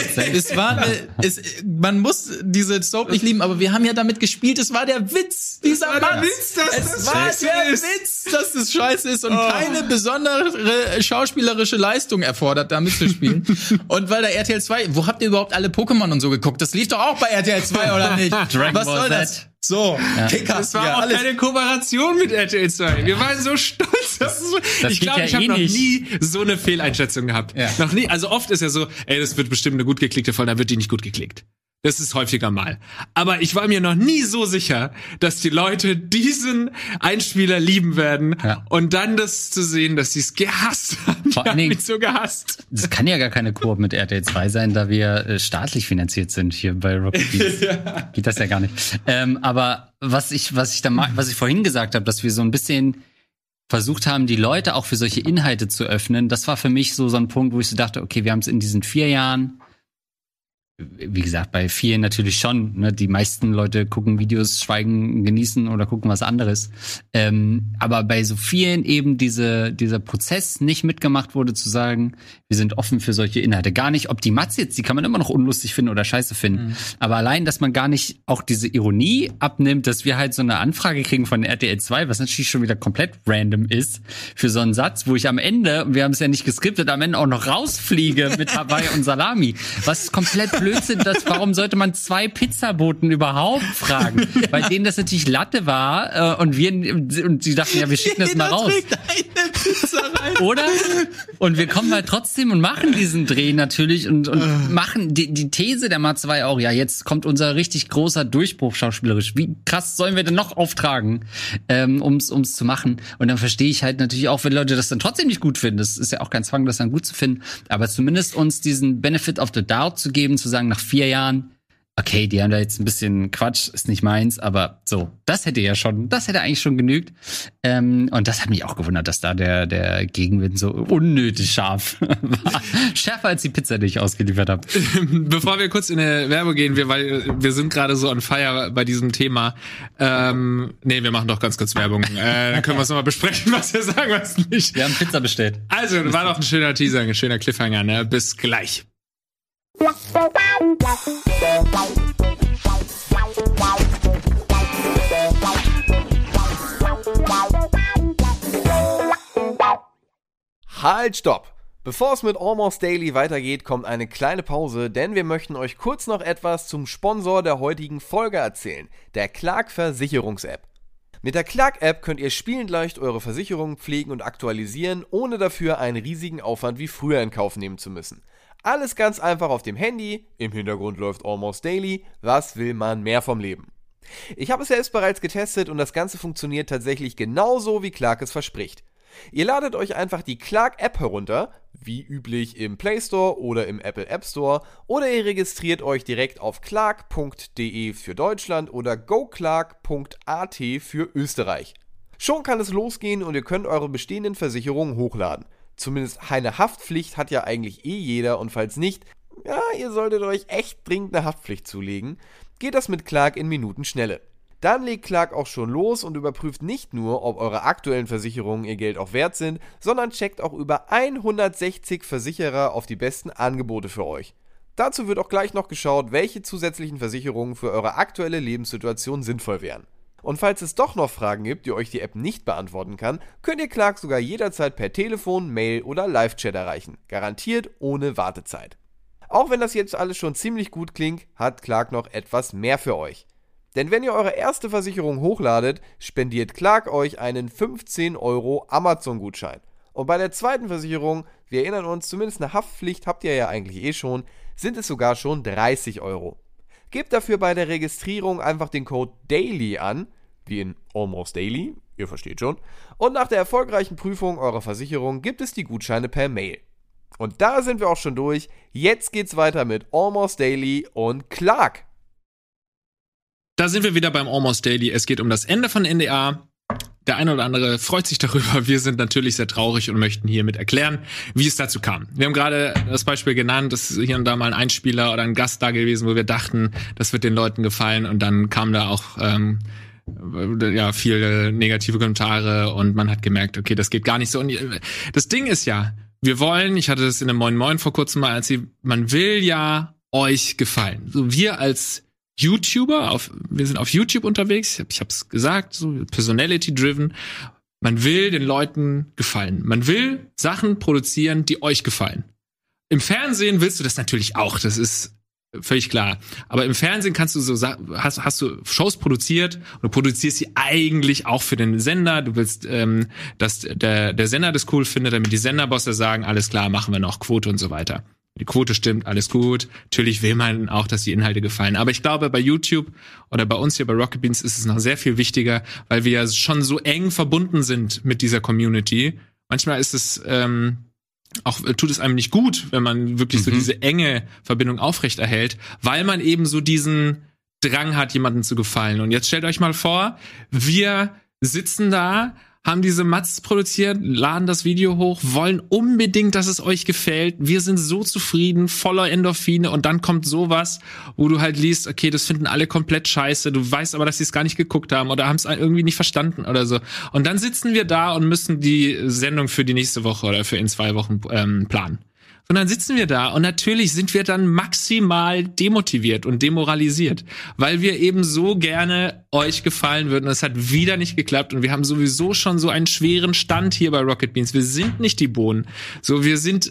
Man muss diese Soap nicht lieben, aber wir haben ja damit gespielt. Es war der Witz dieser Matz. Es war der Witz, dass das scheiße ist und keine besondere schauspielerische Leistung erfordert, da mitzuspielen. Und weil der RTL 2, wo habt ihr überhaupt alle Pokémon und so geguckt? Das lief doch auch bei RTL 2 oder nicht? Was soll das? So, Kicker. Das war auch keine Kooperation mit RTL 2. Wir waren so stolz. Ich glaube, ich habe noch nie so eine Fehleinschätzung gehabt. Ja. Noch nie. Also oft ist ja so, das wird bestimmt eine gut geklickte Folge, dann wird die nicht gut geklickt. Das ist häufiger mal. Aber ich war mir noch nie so sicher, dass die Leute diesen Einspieler lieben werden. Ja. Und dann das zu sehen, dass sie es gehasst haben. Vor allen Dingen so gehasst. Das kann ja gar keine Koop mit RTL 2 sein, da wir staatlich finanziert sind hier bei Rocket Beans. Ja. Geht das ja gar nicht. Aber was ich vorhin gesagt habe, dass wir so ein bisschen versucht haben, die Leute auch für solche Inhalte zu öffnen, das war für mich so ein Punkt, wo ich so dachte, okay, wir haben es in diesen 4 Jahren, wie gesagt, bei vielen natürlich schon, ne? Die meisten Leute gucken Videos, schweigen, genießen oder gucken was anderes. Aber bei so vielen eben dieser Prozess nicht mitgemacht wurde, zu sagen, wir sind offen für solche Inhalte. Gar nicht, ob die Matz jetzt, die kann man immer noch unlustig finden oder scheiße finden. Mhm. Aber allein, dass man gar nicht auch diese Ironie abnimmt, dass wir halt so eine Anfrage kriegen von RTL 2, was natürlich schon wieder komplett random ist, für so einen Satz, wo ich am Ende, wir haben es ja nicht geskriptet, am Ende auch noch rausfliege mit Hawaii und Salami. Was komplett Blödsinn, warum sollte man 2 Pizzaboten überhaupt fragen? Ja. Weil denen das natürlich Latte war und die dachten, ja, wir schicken das mal raus. Eine Pizza rein. Oder? Und wir kommen halt trotzdem und machen diesen Dreh natürlich und machen die These der Matz war ja auch, ja, jetzt kommt unser richtig großer Durchbruch schauspielerisch. Wie krass sollen wir denn noch auftragen, um's zu machen? Und dann verstehe ich halt natürlich auch, wenn Leute das dann trotzdem nicht gut finden. Das ist ja auch kein Zwang, das dann gut zu finden. Aber zumindest uns diesen Benefit of the doubt zu geben, zu sagen, nach 4 Jahren, okay, die haben da jetzt ein bisschen Quatsch, ist nicht meins, aber so, das hätte eigentlich schon genügt. Und das hat mich auch gewundert, dass da der Gegenwind so unnötig scharf war. Schärfer als die Pizza, die ich ausgeliefert habe. Bevor wir kurz in eine Werbung gehen, weil wir sind gerade so on fire bei diesem Thema. Wir machen doch ganz kurz Werbung. Dann können wir es nochmal besprechen, was wir sagen, was nicht. Wir haben Pizza bestellt. Also, war doch ein schöner Teaser, ein schöner Cliffhanger, ne? Bis gleich. Halt, stopp! Bevor es mit Almost Daily weitergeht, kommt eine kleine Pause, denn wir möchten euch kurz noch etwas zum Sponsor der heutigen Folge erzählen, der Clark Versicherungs-App. Mit der Clark-App könnt ihr spielend leicht eure Versicherungen pflegen und aktualisieren, ohne dafür einen riesigen Aufwand wie früher in Kauf nehmen zu müssen. Alles ganz einfach auf dem Handy, im Hintergrund läuft Almost Daily, was will man mehr vom Leben? Ich habe es selbst bereits getestet und das Ganze funktioniert tatsächlich genauso, wie Clark es verspricht. Ihr ladet euch einfach die Clark-App herunter, wie üblich im Play Store oder im Apple App Store, oder ihr registriert euch direkt auf clark.de für Deutschland oder goclark.at für Österreich. Schon kann es losgehen und ihr könnt eure bestehenden Versicherungen hochladen. Zumindest eine Haftpflicht hat ja eigentlich jeder und falls nicht, ja, ihr solltet euch echt dringend eine Haftpflicht zulegen, geht das mit Clark in Minutenschnelle. Dann legt Clark auch schon los und überprüft nicht nur, ob eure aktuellen Versicherungen ihr Geld auch wert sind, sondern checkt auch über 160 Versicherer auf die besten Angebote für euch. Dazu wird auch gleich noch geschaut, welche zusätzlichen Versicherungen für eure aktuelle Lebenssituation sinnvoll wären. Und falls es doch noch Fragen gibt, die euch die App nicht beantworten kann, könnt ihr Clark sogar jederzeit per Telefon, Mail oder Live-Chat erreichen. Garantiert ohne Wartezeit. Auch wenn das jetzt alles schon ziemlich gut klingt, hat Clark noch etwas mehr für euch. Denn wenn ihr eure erste Versicherung hochladet, spendiert Clark euch einen 15 € Amazon-Gutschein. Und bei der zweiten Versicherung, wir erinnern uns, zumindest eine Haftpflicht habt ihr ja eigentlich schon, sind es sogar schon 30 €. Gebt dafür bei der Registrierung einfach den Code DAILY an, wie in Almost Daily, ihr versteht schon, und nach der erfolgreichen Prüfung eurer Versicherung gibt es die Gutscheine per Mail. Und da sind wir auch schon durch, jetzt geht's weiter mit Almost Daily und Clark. Da sind wir wieder beim Almost Daily. Es geht um das Ende von NDA. Der eine oder andere freut sich darüber. Wir sind natürlich sehr traurig und möchten hiermit erklären, wie es dazu kam. Wir haben gerade das Beispiel genannt, dass hier und da mal ein Einspieler oder ein Gast da gewesen, wo wir dachten, das wird den Leuten gefallen. Und dann kam da auch viele negative Kommentare und man hat gemerkt, okay, das geht gar nicht so. Und das Ding ist ja, wir wollen, ich hatte das in einem Moin Moin vor kurzem mal erzählt, man will ja euch gefallen. So wir als YouTuber, wir sind auf YouTube unterwegs, ich hab's gesagt, so personality-driven. Man will den Leuten gefallen. Man will Sachen produzieren, die euch gefallen. Im Fernsehen willst du das natürlich auch, das ist völlig klar. Aber im Fernsehen kannst du hast du Shows produziert und du produzierst sie eigentlich auch für den Sender. Du willst, dass der Sender das cool findet, damit die Senderbosse sagen, alles klar, machen wir noch Quote und so weiter. Die Quote stimmt, alles gut. Natürlich will man auch, dass die Inhalte gefallen. Aber ich glaube, bei YouTube oder bei uns hier bei Rocket Beans ist es noch sehr viel wichtiger, weil wir ja schon so eng verbunden sind mit dieser Community. Manchmal ist es tut es einem nicht gut, wenn man wirklich so diese enge Verbindung aufrechterhält, weil man eben so diesen Drang hat, jemandem zu gefallen. Und jetzt stellt euch mal vor, wir sitzen da, haben diese Mats produziert, laden das Video hoch, wollen unbedingt, dass es euch gefällt. Wir sind so zufrieden, voller Endorphine und dann kommt sowas, wo du halt liest, okay, das finden alle komplett scheiße, du weißt aber, dass sie es gar nicht geguckt haben oder haben es irgendwie nicht verstanden oder so. Und dann sitzen wir da und müssen die Sendung für die nächste Woche oder für in 2 Wochen planen. Und dann sitzen wir da und natürlich sind wir dann maximal demotiviert und demoralisiert, weil wir eben so gerne euch gefallen würden. Und es hat wieder nicht geklappt und wir haben sowieso schon so einen schweren Stand hier bei Rocket Beans. Wir sind nicht die Bohnen. So, wir sind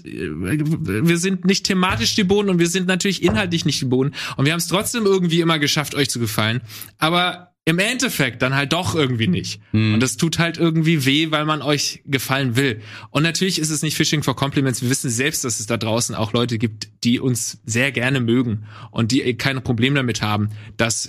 nicht thematisch die Bohnen und wir sind natürlich inhaltlich nicht die Bohnen. Und wir haben es trotzdem irgendwie immer geschafft, euch zu gefallen. Aber im Endeffekt dann halt doch irgendwie nicht. Und das tut halt irgendwie weh, weil man euch gefallen will. Und natürlich ist es nicht Fishing for Compliments. Wir wissen selbst, dass es da draußen auch Leute gibt, die uns sehr gerne mögen und die kein Problem damit haben, dass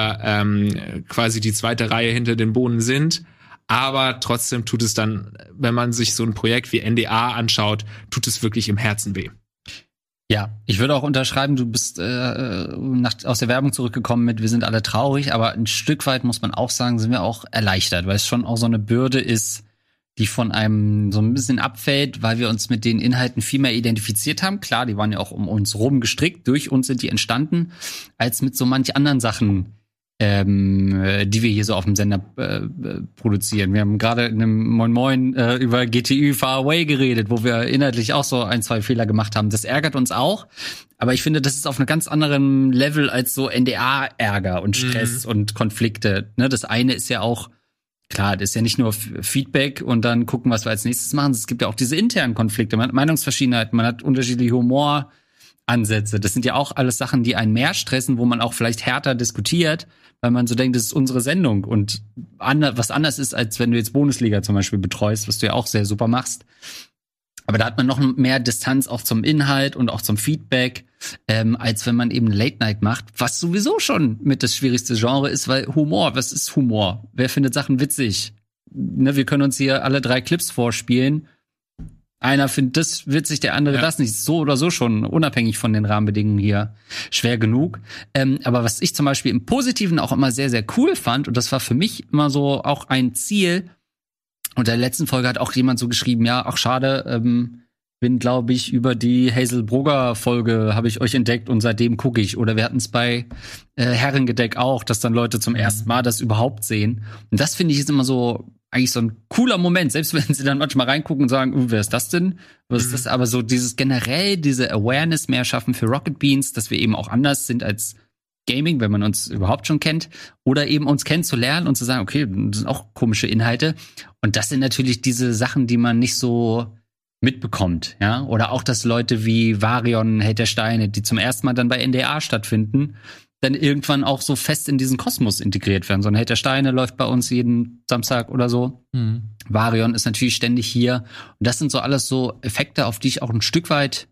wir quasi die zweite Reihe hinter den Bohnen sind. Aber trotzdem tut es dann, wenn man sich so ein Projekt wie NDA anschaut, tut es wirklich im Herzen weh. Ja, ich würde auch unterschreiben, du bist aus der Werbung zurückgekommen mit, wir sind alle traurig, aber ein Stück weit muss man auch sagen, sind wir auch erleichtert, weil es schon auch so eine Bürde ist, die von einem so ein bisschen abfällt, weil wir uns mit den Inhalten viel mehr identifiziert haben. Klar, die waren ja auch um uns rum gestrickt, durch uns sind die entstanden, als mit so manch anderen Sachen, die wir hier so auf dem Sender produzieren. Wir haben gerade in einem Moin Moin über GTÜ Far Away geredet, wo wir inhaltlich auch so 1, 2 Fehler gemacht haben. Das ärgert uns auch, aber ich finde, das ist auf einem ganz anderen Level als so NDA-Ärger und Stress und Konflikte. Ne, das eine ist ja auch, klar, das ist ja nicht nur Feedback und dann gucken, was wir als nächstes machen. Es gibt ja auch diese internen Konflikte, man hat Meinungsverschiedenheiten, man hat unterschiedliche Humoransätze. Das sind ja auch alles Sachen, die einen mehr stressen, wo man auch vielleicht härter diskutiert, weil man so denkt, das ist unsere Sendung und was anders ist, als wenn du jetzt Bundesliga zum Beispiel betreust, was du ja auch sehr super machst. Aber da hat man noch mehr Distanz auch zum Inhalt und auch zum Feedback, als wenn man eben Late Night macht, was sowieso schon mit das schwierigste Genre ist, weil Humor, was ist Humor? Wer findet Sachen witzig? Ne, wir können uns hier alle 3 Clips vorspielen. Einer findet das witzig, der andere das nicht. So oder so schon, unabhängig von den Rahmenbedingungen hier, schwer genug. Aber was ich zum Beispiel im Positiven auch immer sehr, sehr cool fand, und das war für mich immer so auch ein Ziel, und in der letzten Folge hat auch jemand so geschrieben, ja, ach schade, bin, glaube ich, über die Hazel Brugger-Folge habe ich euch entdeckt und seitdem gucke ich. Oder wir hatten es bei Herrengedeck auch, dass dann Leute zum ersten Mal das überhaupt sehen. Und das finde ich ist immer so eigentlich so ein cooler Moment, selbst wenn sie dann manchmal reingucken und sagen, wer ist das denn? Was ist das? Aber so dieses generell, diese Awareness mehr schaffen für Rocket Beans, dass wir eben auch anders sind als Gaming, wenn man uns überhaupt schon kennt, oder eben uns kennenzulernen und zu sagen, okay, das sind auch komische Inhalte. Und das sind natürlich diese Sachen, die man nicht so mitbekommt, ja. Oder auch, dass Leute wie Varion, Held der Steine, die zum ersten Mal dann bei NDA stattfinden, dann irgendwann auch so fest in diesen Kosmos integriert werden. So ein Held der Steine läuft bei uns jeden Samstag oder so. Varion ist natürlich ständig hier. Und das sind so alles so Effekte, auf die ich auch ein Stück weit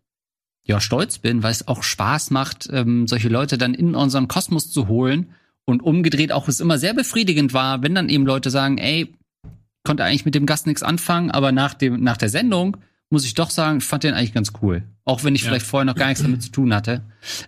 stolz bin, weil es auch Spaß macht, solche Leute dann in unseren Kosmos zu holen. Und umgedreht auch es immer sehr befriedigend war, wenn dann eben Leute sagen, ey, konnte eigentlich mit dem Gast nichts anfangen, aber nach der Sendung muss ich doch sagen, ich fand den eigentlich ganz cool. Auch wenn ich vielleicht vorher noch gar nichts damit zu tun hatte.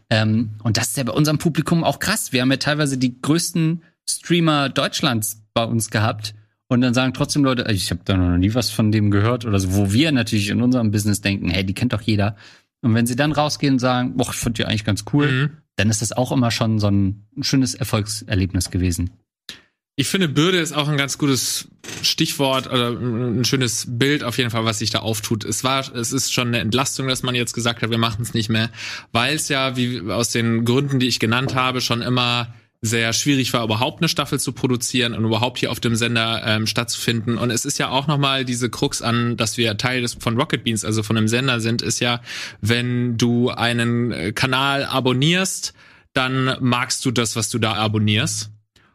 Und das ist ja bei unserem Publikum auch krass. Wir haben ja teilweise die größten Streamer Deutschlands bei uns gehabt. Und dann sagen trotzdem Leute, ich habe da noch nie was von dem gehört. Oder so, wo wir natürlich in unserem Business denken, hey, die kennt doch jeder. Und wenn sie dann rausgehen und sagen, boah, ich fand die eigentlich ganz cool, dann ist das auch immer schon so ein schönes Erfolgserlebnis gewesen. Ich finde, Bürde ist auch ein ganz gutes Stichwort oder ein schönes Bild auf jeden Fall, was sich da auftut. Es ist schon eine Entlastung, dass man jetzt gesagt hat, wir machen es nicht mehr, weil es ja, wie aus den Gründen, die ich genannt habe, schon immer sehr schwierig war, überhaupt eine Staffel zu produzieren und überhaupt hier auf dem Sender stattzufinden. Und es ist ja auch nochmal diese Krux an, dass wir Teil von Rocket Beans, also von einem Sender sind, ist ja, wenn du einen Kanal abonnierst, dann magst du das, was du da abonnierst.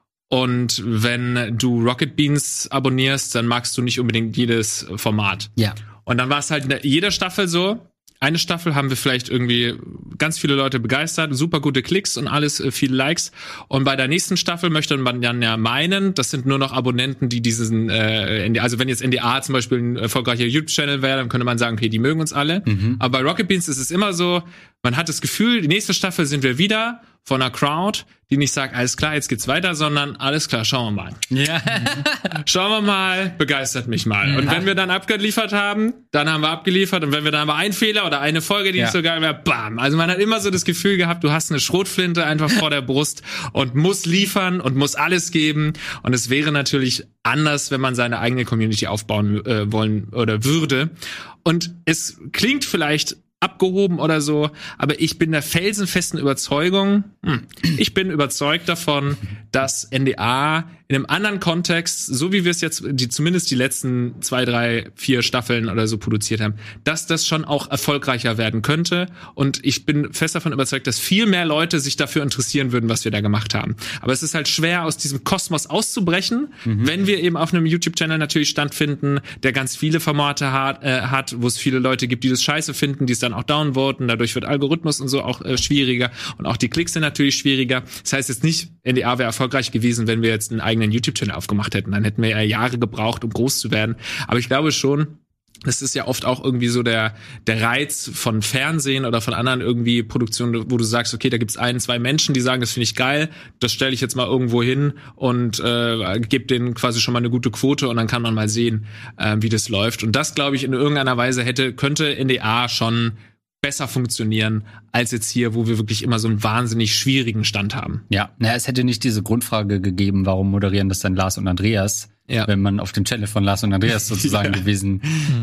Und wenn du Rocket Beans abonnierst, dann magst du nicht unbedingt jedes Format. Ja. Und dann war es halt in jeder Staffel so. Eine Staffel haben wir vielleicht irgendwie ganz viele Leute begeistert, super gute Klicks und alles, viele Likes. Und bei der nächsten Staffel möchte man dann ja meinen, das sind nur noch Abonnenten, die diesen, also wenn jetzt NDA zum Beispiel ein erfolgreicher YouTube-Channel wäre, dann könnte man sagen, okay, die mögen uns alle. Aber bei Rocket Beans ist es immer so, man hat das Gefühl, die nächste Staffel sind wir wieder von einer Crowd, die nicht sagt, alles klar, jetzt geht's weiter, sondern alles klar, schauen wir mal. Ja. Schauen wir mal, begeistert mich mal. Und wenn wir dann abgeliefert haben, dann haben wir abgeliefert. Und wenn wir dann aber einen Fehler oder eine Folge, die nicht so geil war, bam. Also man hat immer so das Gefühl gehabt, du hast eine Schrotflinte einfach vor der Brust und muss liefern und muss alles geben. Und es wäre natürlich anders, wenn man seine eigene Community aufbauen wollen oder würde. Und es klingt vielleicht abgehoben oder so, aber ich bin der felsenfesten Überzeugung, ich bin überzeugt davon, dass NDA in einem anderen Kontext, so wie wir es jetzt zumindest die letzten 2, 3, 4 Staffeln oder so produziert haben, dass das schon auch erfolgreicher werden könnte. Und ich bin fest davon überzeugt, dass viel mehr Leute sich dafür interessieren würden, was wir da gemacht haben. Aber es ist halt schwer, aus diesem Kosmos auszubrechen, wenn wir eben auf einem YouTube-Channel natürlich stattfinden, der ganz viele Formate hat, wo es viele Leute gibt, die das scheiße finden, die es dann auch downvoten. Dadurch wird Algorithmus und so auch schwieriger. Und auch die Klicks sind natürlich schwieriger. Das heißt jetzt nicht, NDA wäre erfolgreich gewesen, wenn wir jetzt einen eigenen YouTube-Channel aufgemacht hätten. Dann hätten wir ja Jahre gebraucht, um groß zu werden. Aber ich glaube schon, das ist ja oft auch irgendwie so der Reiz von Fernsehen oder von anderen irgendwie Produktionen, wo du sagst, okay, da gibt's 1, 2 Menschen, die sagen, das finde ich geil, das stelle ich jetzt mal irgendwo hin und gebe denen quasi schon mal eine gute Quote und dann kann man mal sehen, wie das läuft. Und das, glaube ich, in irgendeiner Weise könnte NDA schon besser funktionieren, als jetzt hier, wo wir wirklich immer so einen wahnsinnig schwierigen Stand haben. Ja, es hätte nicht diese Grundfrage gegeben, warum moderieren das dann Lars und Andreas, wenn man auf dem Channel von Lars und Andreas sozusagen gewesen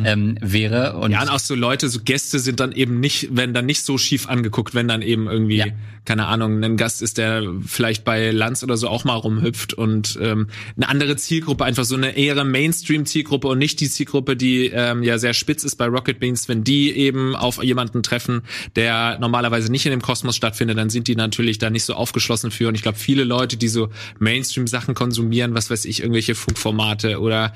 wäre. Und und auch so Leute, so Gäste sind dann eben werden dann nicht so schief angeguckt, wenn dann eben irgendwie, keine Ahnung, ein Gast ist, der vielleicht bei Lanz oder so auch mal rumhüpft und eine andere Zielgruppe, einfach so eine eher Mainstream-Zielgruppe und nicht die Zielgruppe, die ja sehr spitz ist bei Rocket Beans, wenn die eben auf jemanden treffen, der normalerweise nicht in dem Kosmos stattfindet, dann sind die natürlich da nicht so aufgeschlossen für. Und ich glaube, viele Leute, die so Mainstream-Sachen konsumieren, was weiß ich, irgendwelche Funkformate oder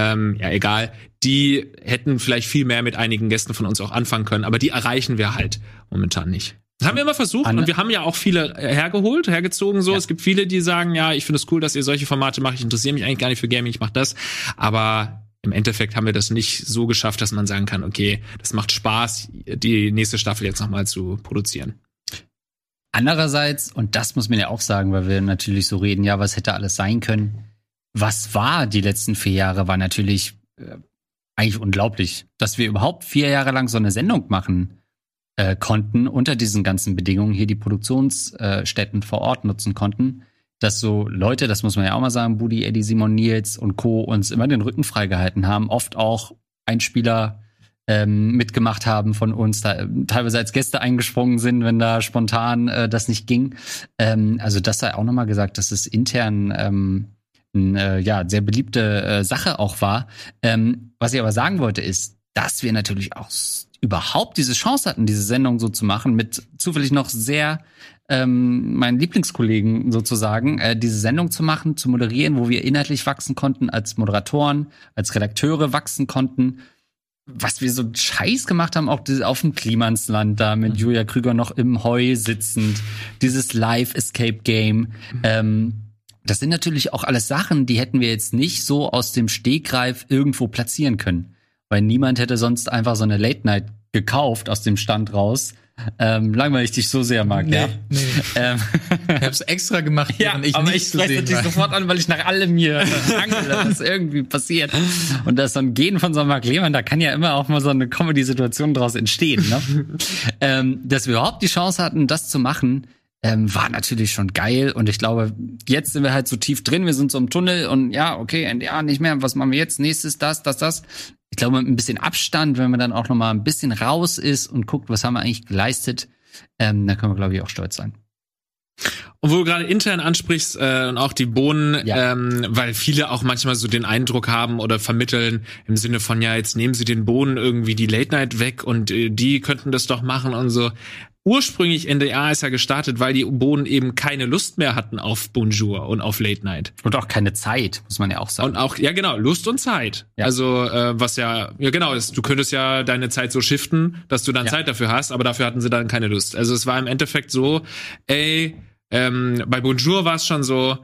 egal, die hätten vielleicht viel mehr mit einigen Gästen von uns auch anfangen können, aber die erreichen wir halt momentan nicht. Das haben wir immer versucht und wir haben ja auch viele hergezogen so. Ja. Es gibt viele, die sagen, ja, ich finde es cool, dass ihr solche Formate macht, ich interessiere mich eigentlich gar nicht für Gaming, ich mache das, aber im Endeffekt haben wir das nicht so geschafft, dass man sagen kann, okay, das macht Spaß, die nächste Staffel jetzt nochmal zu produzieren. Andererseits, und das muss man ja auch sagen, weil wir natürlich so reden, ja, was hätte alles sein können, was war die letzten 4 Jahre, war natürlich eigentlich unglaublich, dass wir überhaupt 4 Jahre lang so eine Sendung machen konnten, unter diesen ganzen Bedingungen hier die Produktionsstätten vor Ort nutzen konnten, dass so Leute, das muss man ja auch mal sagen, Budi, Eddie, Simon, Nils und Co. uns immer den Rücken freigehalten haben, oft auch Einspieler mitgemacht haben von uns, da teilweise als Gäste eingesprungen sind, wenn da spontan das nicht ging. Also das sei auch nochmal gesagt, dass es intern eine sehr beliebte Sache auch war. Was ich aber sagen wollte, ist, dass wir natürlich auch überhaupt diese Chance hatten, diese Sendung so zu machen, mit zufällig noch sehr meinen Lieblingskollegen sozusagen, diese Sendung zu machen, zu moderieren, wo wir inhaltlich wachsen konnten, als Moderatoren, als Redakteure wachsen konnten. Was wir so einen Scheiß gemacht haben, auch auf dem Klimansland da mit Julia Krüger noch im Heu sitzend, dieses Live-Escape-Game. Das sind natürlich auch alles Sachen, die hätten wir jetzt nicht so aus dem Stegreif irgendwo platzieren können. Weil niemand hätte sonst einfach so eine Late-Night gekauft aus dem Stand raus. Langweilig dich so sehr mag, ja. Nee. Ich hab's extra gemacht, ja, ich aber nicht ich spreche dich sofort an, weil ich nach allem mir angele, was irgendwie passiert. Und das so ein Gehen von so einem Marc Lehmann, da kann ja immer auch mal so eine Comedy-Situation draus entstehen, ne? Dass wir überhaupt die Chance hatten, das zu machen, war natürlich schon geil. Und ich glaube, jetzt sind wir halt so tief drin, wir sind so im Tunnel und ja, okay, NDR nicht mehr, was machen wir jetzt? Nächstes, das. Ich glaube, mit ein bisschen Abstand, wenn man dann auch noch mal ein bisschen raus ist und guckt, was haben wir eigentlich geleistet, dann können wir, glaube ich, auch stolz sein. Und wo du gerade intern ansprichst und auch die Bohnen, weil viele auch manchmal so den Eindruck haben oder vermitteln im Sinne von, ja, jetzt nehmen sie den Bohnen irgendwie die Late Night weg und die könnten das doch machen und so. Ursprünglich NDR ist ja gestartet, weil die Bohnen eben keine Lust mehr hatten auf Bonjour und auf Late Night. Und auch keine Zeit, muss man ja auch sagen. Und auch, ja genau, Lust und Zeit. Ja. Also was ja genau ist, du könntest ja deine Zeit so shiften, dass du dann Zeit dafür hast, aber dafür hatten sie dann keine Lust. Also es war im Endeffekt so, bei Bonjour war es schon so,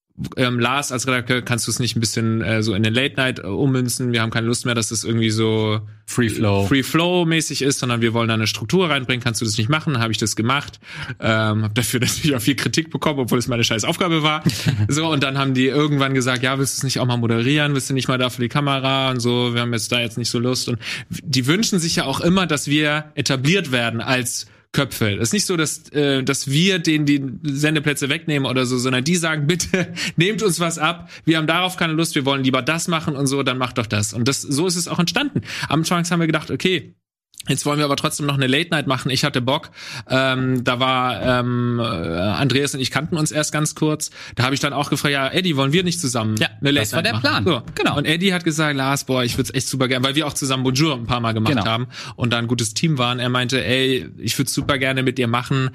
Lars als Redakteur, kannst du es nicht ein bisschen so in den Late Night ummünzen? Wir haben keine Lust mehr, dass es irgendwie so Free Flow mäßig ist, sondern wir wollen da eine Struktur reinbringen. Kannst du das nicht machen? Habe ich das gemacht. Hab dafür natürlich auch viel Kritik bekommen, obwohl es meine scheiß Aufgabe war. So, und dann haben die irgendwann gesagt, ja, willst du es nicht auch mal moderieren? Willst du nicht mal da für die Kamera und so? Wir haben jetzt da jetzt nicht so Lust. Und die wünschen sich ja auch immer, dass wir etabliert werden als Köpfe. Es ist nicht so, dass wir denen die Sendeplätze wegnehmen oder so, sondern die sagen, bitte nehmt uns was ab. Wir haben darauf keine Lust, wir wollen lieber das machen und so, dann macht doch das. Und so ist es auch entstanden. Am Anfang haben wir gedacht, okay, jetzt wollen wir aber trotzdem noch eine Late Night machen. Ich hatte Bock. Da war Andreas und ich kannten uns erst ganz kurz. Da habe ich dann auch gefragt, ja, Eddie, wollen wir nicht zusammen eine Late Night machen? Das war der Plan. So. Genau. Und Eddie hat gesagt, Lars, boah, ich würde es echt super gerne, weil wir auch zusammen Bonjour ein paar Mal gemacht haben und da ein gutes Team waren. Er meinte, ey, ich würde super gerne mit dir machen,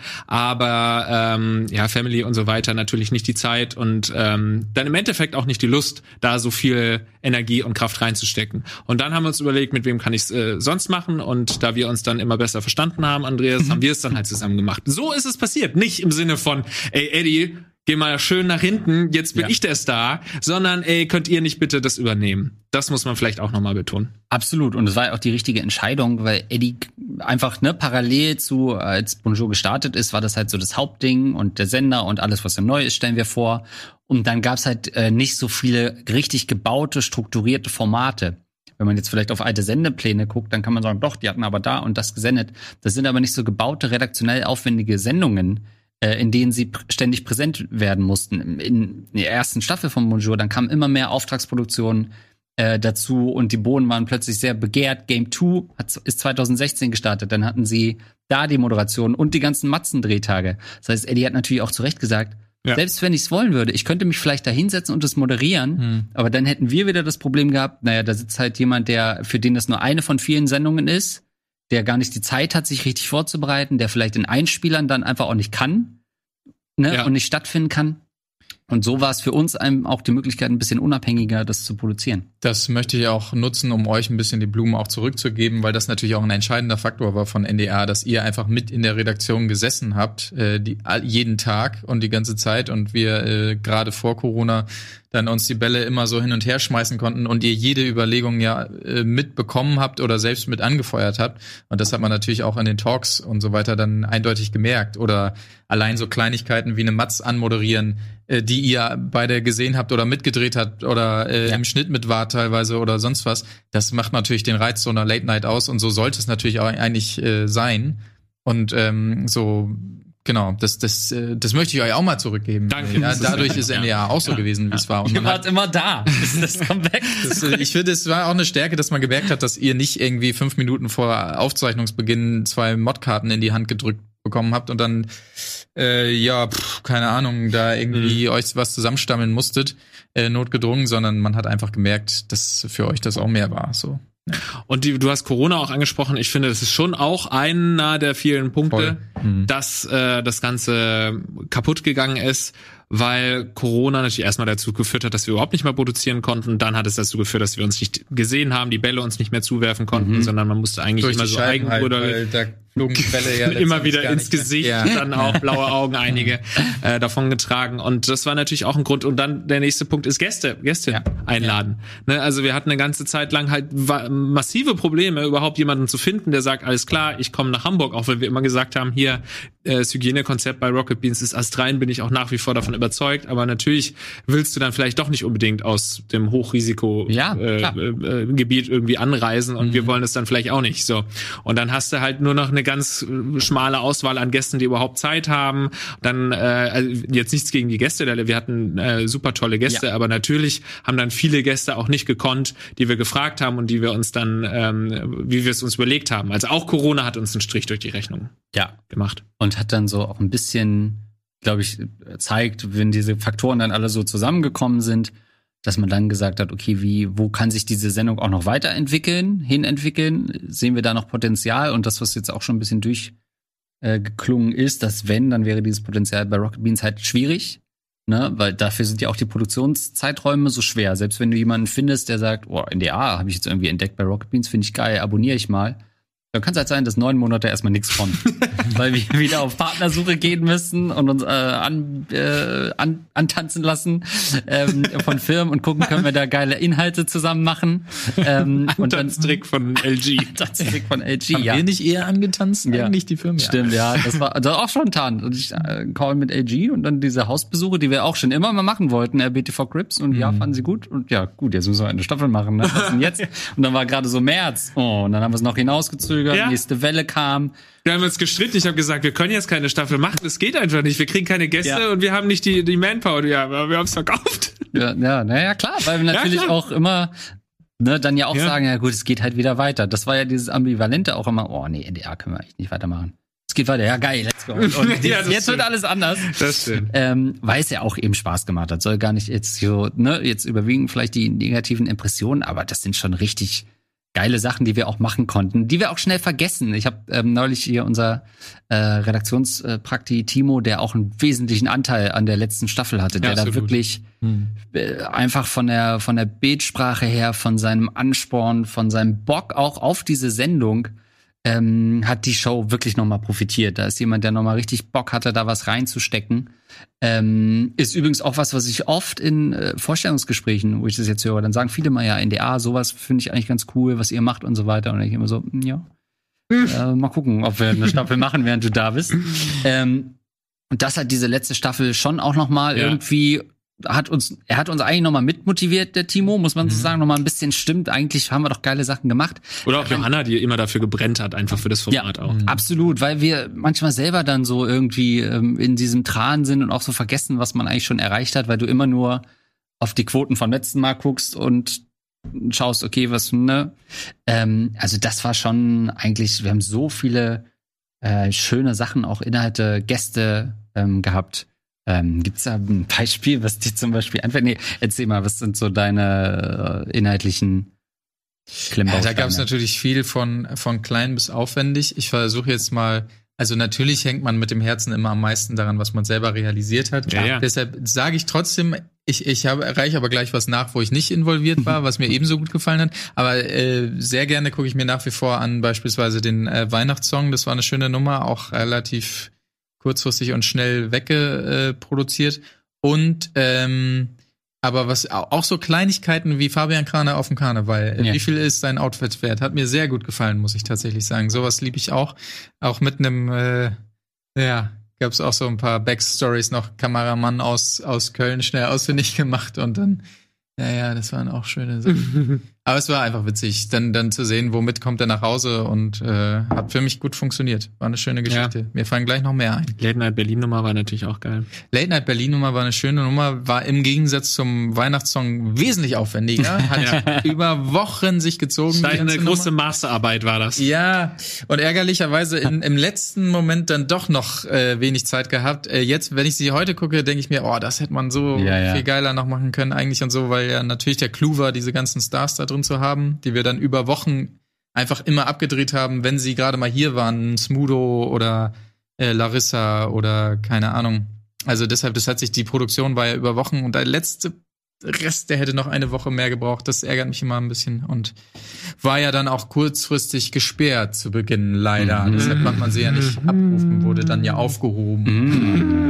aber Family und so weiter natürlich nicht die Zeit und dann im Endeffekt auch nicht die Lust, da so viel Energie und Kraft reinzustecken. Und dann haben wir uns überlegt, mit wem kann ich es sonst machen, und da wir uns dann immer besser verstanden haben, Andreas, haben wir es dann halt zusammen gemacht. So ist es passiert. Nicht im Sinne von, ey, Eddie, geh mal schön nach hinten, jetzt bin ich der Star, sondern, ey, könnt ihr nicht bitte das übernehmen? Das muss man vielleicht auch nochmal betonen. Absolut. Und es war ja auch die richtige Entscheidung, weil Eddie einfach, parallel zu, als Bonjour gestartet ist, war das halt so das Hauptding und der Sender und alles, was neu ist, stellen wir vor. Und dann gab's halt nicht so viele richtig gebaute, strukturierte Formate. Wenn man jetzt vielleicht auf alte Sendepläne guckt, dann kann man sagen, doch, die hatten aber da und das gesendet. Das sind aber nicht so gebaute, redaktionell aufwendige Sendungen, in denen sie ständig präsent werden mussten. In der ersten Staffel von Bonjour, dann kamen immer mehr Auftragsproduktionen dazu und die Bohnen waren plötzlich sehr begehrt. Game 2 ist 2016 gestartet, dann hatten sie da die Moderation und die ganzen Matzen-Drehtage. Das heißt, Eddie hat natürlich auch zu Recht gesagt, selbst wenn ich es wollen würde, ich könnte mich vielleicht da hinsetzen und das moderieren, aber dann hätten wir wieder das Problem gehabt, da sitzt halt jemand, für den das nur eine von vielen Sendungen ist, der gar nicht die Zeit hat, sich richtig vorzubereiten, der vielleicht in Einspielern dann einfach auch nicht kann, und nicht stattfinden kann. Und so war es für uns auch die Möglichkeit, ein bisschen unabhängiger das zu produzieren. Das möchte ich auch nutzen, um euch ein bisschen die Blumen auch zurückzugeben, weil das natürlich auch ein entscheidender Faktor war von NDR, dass ihr einfach mit in der Redaktion gesessen habt, jeden Tag und die ganze Zeit, und wir gerade vor Corona dann uns die Bälle immer so hin und her schmeißen konnten und ihr jede Überlegung mitbekommen habt oder selbst mit angefeuert habt. Und das hat man natürlich auch in den Talks und so weiter dann eindeutig gemerkt. Oder allein so Kleinigkeiten wie eine Matz anmoderieren, die ihr beide gesehen habt oder mitgedreht habt oder im Schnitt mit wart teilweise oder sonst was. Das macht natürlich den Reiz so einer Late Night aus, und so sollte es natürlich auch eigentlich sein. Und so Genau, das möchte ich euch auch mal zurückgeben. Danke. Ja, dadurch ist NDA auch so gewesen, wie es war. Und Ihr wart immer da. Das Comeback. ich finde, es war auch eine Stärke, dass man gemerkt hat, dass ihr nicht irgendwie 5 Minuten vor Aufzeichnungsbeginn 2 Modkarten in die Hand gedrückt bekommen habt und dann, keine Ahnung, da irgendwie euch was zusammenstammeln musstet, notgedrungen, sondern man hat einfach gemerkt, dass für euch das auch mehr war, so. Ja. Und du hast Corona auch angesprochen. Ich finde, das ist schon auch einer der vielen Punkte, dass das Ganze kaputt gegangen ist, weil Corona natürlich erstmal dazu geführt hat, dass wir überhaupt nicht mehr produzieren konnten. Dann hat es dazu geführt, dass wir uns nicht gesehen haben, die Bälle uns nicht mehr zuwerfen konnten, sondern man musste eigentlich Durch immer so eigenbrüderlich da flogen die Bälle ja immer wieder ins Gesicht, ja. dann auch blaue Augen einige davon getragen. Und das war natürlich auch ein Grund. Und dann der nächste Punkt ist Gäste einladen. Ne, also wir hatten eine ganze Zeit lang halt massive Probleme, überhaupt jemanden zu finden, der sagt, alles klar, ich komme nach Hamburg, auch wenn wir immer gesagt haben, hier das Hygienekonzept bei Rocket Beans ist astrein, bin ich auch nach wie vor davon überzeugt. Aber natürlich willst du dann vielleicht doch nicht unbedingt aus dem Hochrisiko-Gebiet irgendwie anreisen und wir wollen das dann vielleicht auch nicht. So. Und dann hast du halt nur noch eine ganz schmale Auswahl an Gästen, die überhaupt Zeit haben. Dann also jetzt nichts gegen die Gäste, wir hatten super tolle Gäste, aber natürlich haben dann viele Gäste auch nicht gekonnt, die wir gefragt haben und die wir uns dann, wie wir es uns überlegt haben. Also auch Corona hat uns einen Strich durch die Rechnung gemacht. Und hat dann so auch ein bisschen, glaube ich, zeigt, wenn diese Faktoren dann alle so zusammengekommen sind, dass man dann gesagt hat, okay, wo kann sich diese Sendung auch noch hinentwickeln? Sehen wir da noch Potenzial? Und das, was jetzt auch schon ein bisschen durchgeklungen ist, dass dann wäre dieses Potenzial bei Rocket Beans halt schwierig, ne? Weil dafür sind ja auch die Produktionszeiträume so schwer. Selbst wenn du jemanden findest, der sagt, NDA habe ich jetzt irgendwie entdeckt bei Rocket Beans, finde ich geil, abonniere ich mal. Dann kann es halt sein, dass 9 Monate erstmal nichts kommt. Weil wir wieder auf Partnersuche gehen müssen und uns antanzen lassen von Firmen und gucken, können wir da geile Inhalte zusammen machen. Und dann Trick von LG. Trick von LG, Haben wir nicht eher angetanzt? Ja. Eigentlich die Firmen. Stimmt, ja. Das war auch schon Tan. Und ich Call mit LG und dann diese Hausbesuche, die wir auch schon immer mal machen wollten, RBTV Crips. Und fanden sie gut. Und ja, gut, jetzt müssen wir eine Staffel machen. Ne? Was denn jetzt? Und dann war gerade so März. Und dann haben wir es noch hinausgezögert. Nächste Welle kam. Wir haben uns gestritten. Ich habe gesagt, wir können jetzt keine Staffel machen. Es geht einfach nicht. Wir kriegen keine Gäste und wir haben nicht die Manpower. Ja, aber wir haben es verkauft. Ja, klar. Weil wir natürlich auch immer dann ja auch sagen, ja gut, es geht halt wieder weiter. Das war ja dieses Ambivalente auch immer, NDR können wir eigentlich nicht weitermachen. Es geht weiter, ja geil, let's go. Und jetzt wird alles anders. Das stimmt. Weil es ja auch eben Spaß gemacht hat. Soll gar nicht jetzt jetzt überwiegen vielleicht die negativen Impressionen, aber das sind schon richtig geile Sachen, die wir auch machen konnten, die wir auch schnell vergessen. Ich habe neulich hier unser Redaktionsprakti Timo, der auch einen wesentlichen Anteil an der letzten Staffel hatte, der da wirklich einfach von der Bildsprache her, von seinem Ansporn, von seinem Bock auch auf diese Sendung, hat die Show wirklich nochmal profitiert. Da ist jemand, der nochmal richtig Bock hatte, da was reinzustecken. Ist übrigens auch was ich oft in Vorstellungsgesprächen, wo ich das jetzt höre, dann sagen viele mal, ja, NDA, sowas finde ich eigentlich ganz cool, was ihr macht und so weiter. Und ich immer so, mal gucken, ob wir eine Staffel machen, während du da bist. Und das hat diese letzte Staffel schon auch nochmal irgendwie er hat uns eigentlich nochmal mitmotiviert, der Timo, muss man so sagen, nochmal ein bisschen stimmt. Eigentlich haben wir doch geile Sachen gemacht. Oder auch Johanna, die immer dafür gebrennt hat, einfach für das Format auch. Absolut, weil wir manchmal selber dann so irgendwie in diesem Tran sind und auch so vergessen, was man eigentlich schon erreicht hat, weil du immer nur auf die Quoten vom letzten Mal guckst und schaust, okay, was, also das war schon eigentlich, wir haben so viele schöne Sachen auch innerhalb der Gäste gehabt. Gibt's da ein Beispiel, was dir zum Beispiel einfällt? Nee, erzähl mal, was sind so deine inhaltlichen Klemmbausteine? Da gab es natürlich viel von klein bis aufwendig. Ich versuche jetzt mal, also natürlich hängt man mit dem Herzen immer am meisten daran, was man selber realisiert hat. Ja. Deshalb sage ich trotzdem, ich reiche aber gleich was nach, wo ich nicht involviert war, was mir ebenso gut gefallen hat. Aber sehr gerne gucke ich mir nach wie vor an, beispielsweise den Weihnachtssong. Das war eine schöne Nummer, auch relativ kurzfristig und schnell weggeproduziert. Und aber was auch so Kleinigkeiten wie Fabian Kraner auf dem Karneval. Wie viel ist sein Outfit wert? Hat mir sehr gut gefallen, muss ich tatsächlich sagen. Sowas liebe ich auch. Auch mit einem, gab es auch so ein paar Backstories noch. Kameramann aus Köln schnell ausfindig gemacht und dann, das waren auch schöne Sachen. Aber es war einfach witzig, dann zu sehen, womit kommt er nach Hause und hat für mich gut funktioniert. War eine schöne Geschichte. Ja. Mir fallen gleich noch mehr ein. Late Night Berlin Nummer war natürlich auch geil. Late Night Berlin Nummer war eine schöne Nummer, war im Gegensatz zum Weihnachtssong wesentlich aufwendiger. Hat über Wochen sich gezogen. Eine große Masterarbeit war das. Ja, und ärgerlicherweise im letzten Moment dann doch noch wenig Zeit gehabt. Jetzt, wenn ich sie heute gucke, denke ich mir, das hätte man so viel geiler noch machen können eigentlich und so, weil ja natürlich der Clou war, diese ganzen Stars da drin zu haben, die wir dann über Wochen einfach immer abgedreht haben, wenn sie gerade mal hier waren, Smudo oder Larissa oder keine Ahnung. Also deshalb, die Produktion war ja über Wochen und der letzte Rest, der hätte noch eine Woche mehr gebraucht. Das ärgert mich immer ein bisschen und war ja dann auch kurzfristig gesperrt zu Beginn, leider. Deshalb konnte man sie ja nicht abrufen, wurde dann ja aufgehoben.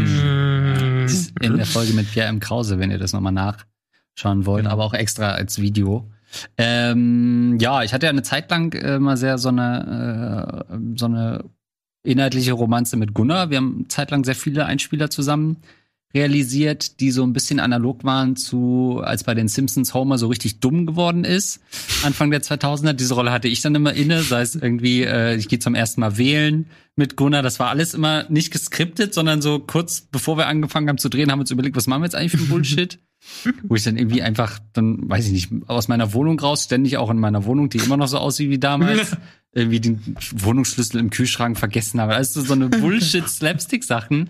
In der Folge mit Pierre M. Krause, wenn ihr das nochmal nachschauen wollt, aber auch extra als Video. Ich hatte ja eine Zeit lang mal sehr so eine inhaltliche Romanze mit Gunnar. Wir haben zeitlang sehr viele Einspieler zusammen realisiert, die so ein bisschen analog waren zu, als bei den Simpsons Homer so richtig dumm geworden ist, Anfang der 2000er. Diese Rolle hatte ich dann immer inne, sei es irgendwie, ich gehe zum ersten Mal wählen mit Gunnar. Das war alles immer nicht geskriptet, sondern so kurz bevor wir angefangen haben zu drehen, haben wir uns überlegt, was machen wir jetzt eigentlich für ein Bullshit? Wo ich dann irgendwie einfach, dann weiß ich nicht, aus meiner Wohnung raus, ständig auch in meiner Wohnung, die immer noch so aussieht wie damals, irgendwie den Wohnungsschlüssel im Kühlschrank vergessen habe. Also so eine Bullshit-Slapstick-Sachen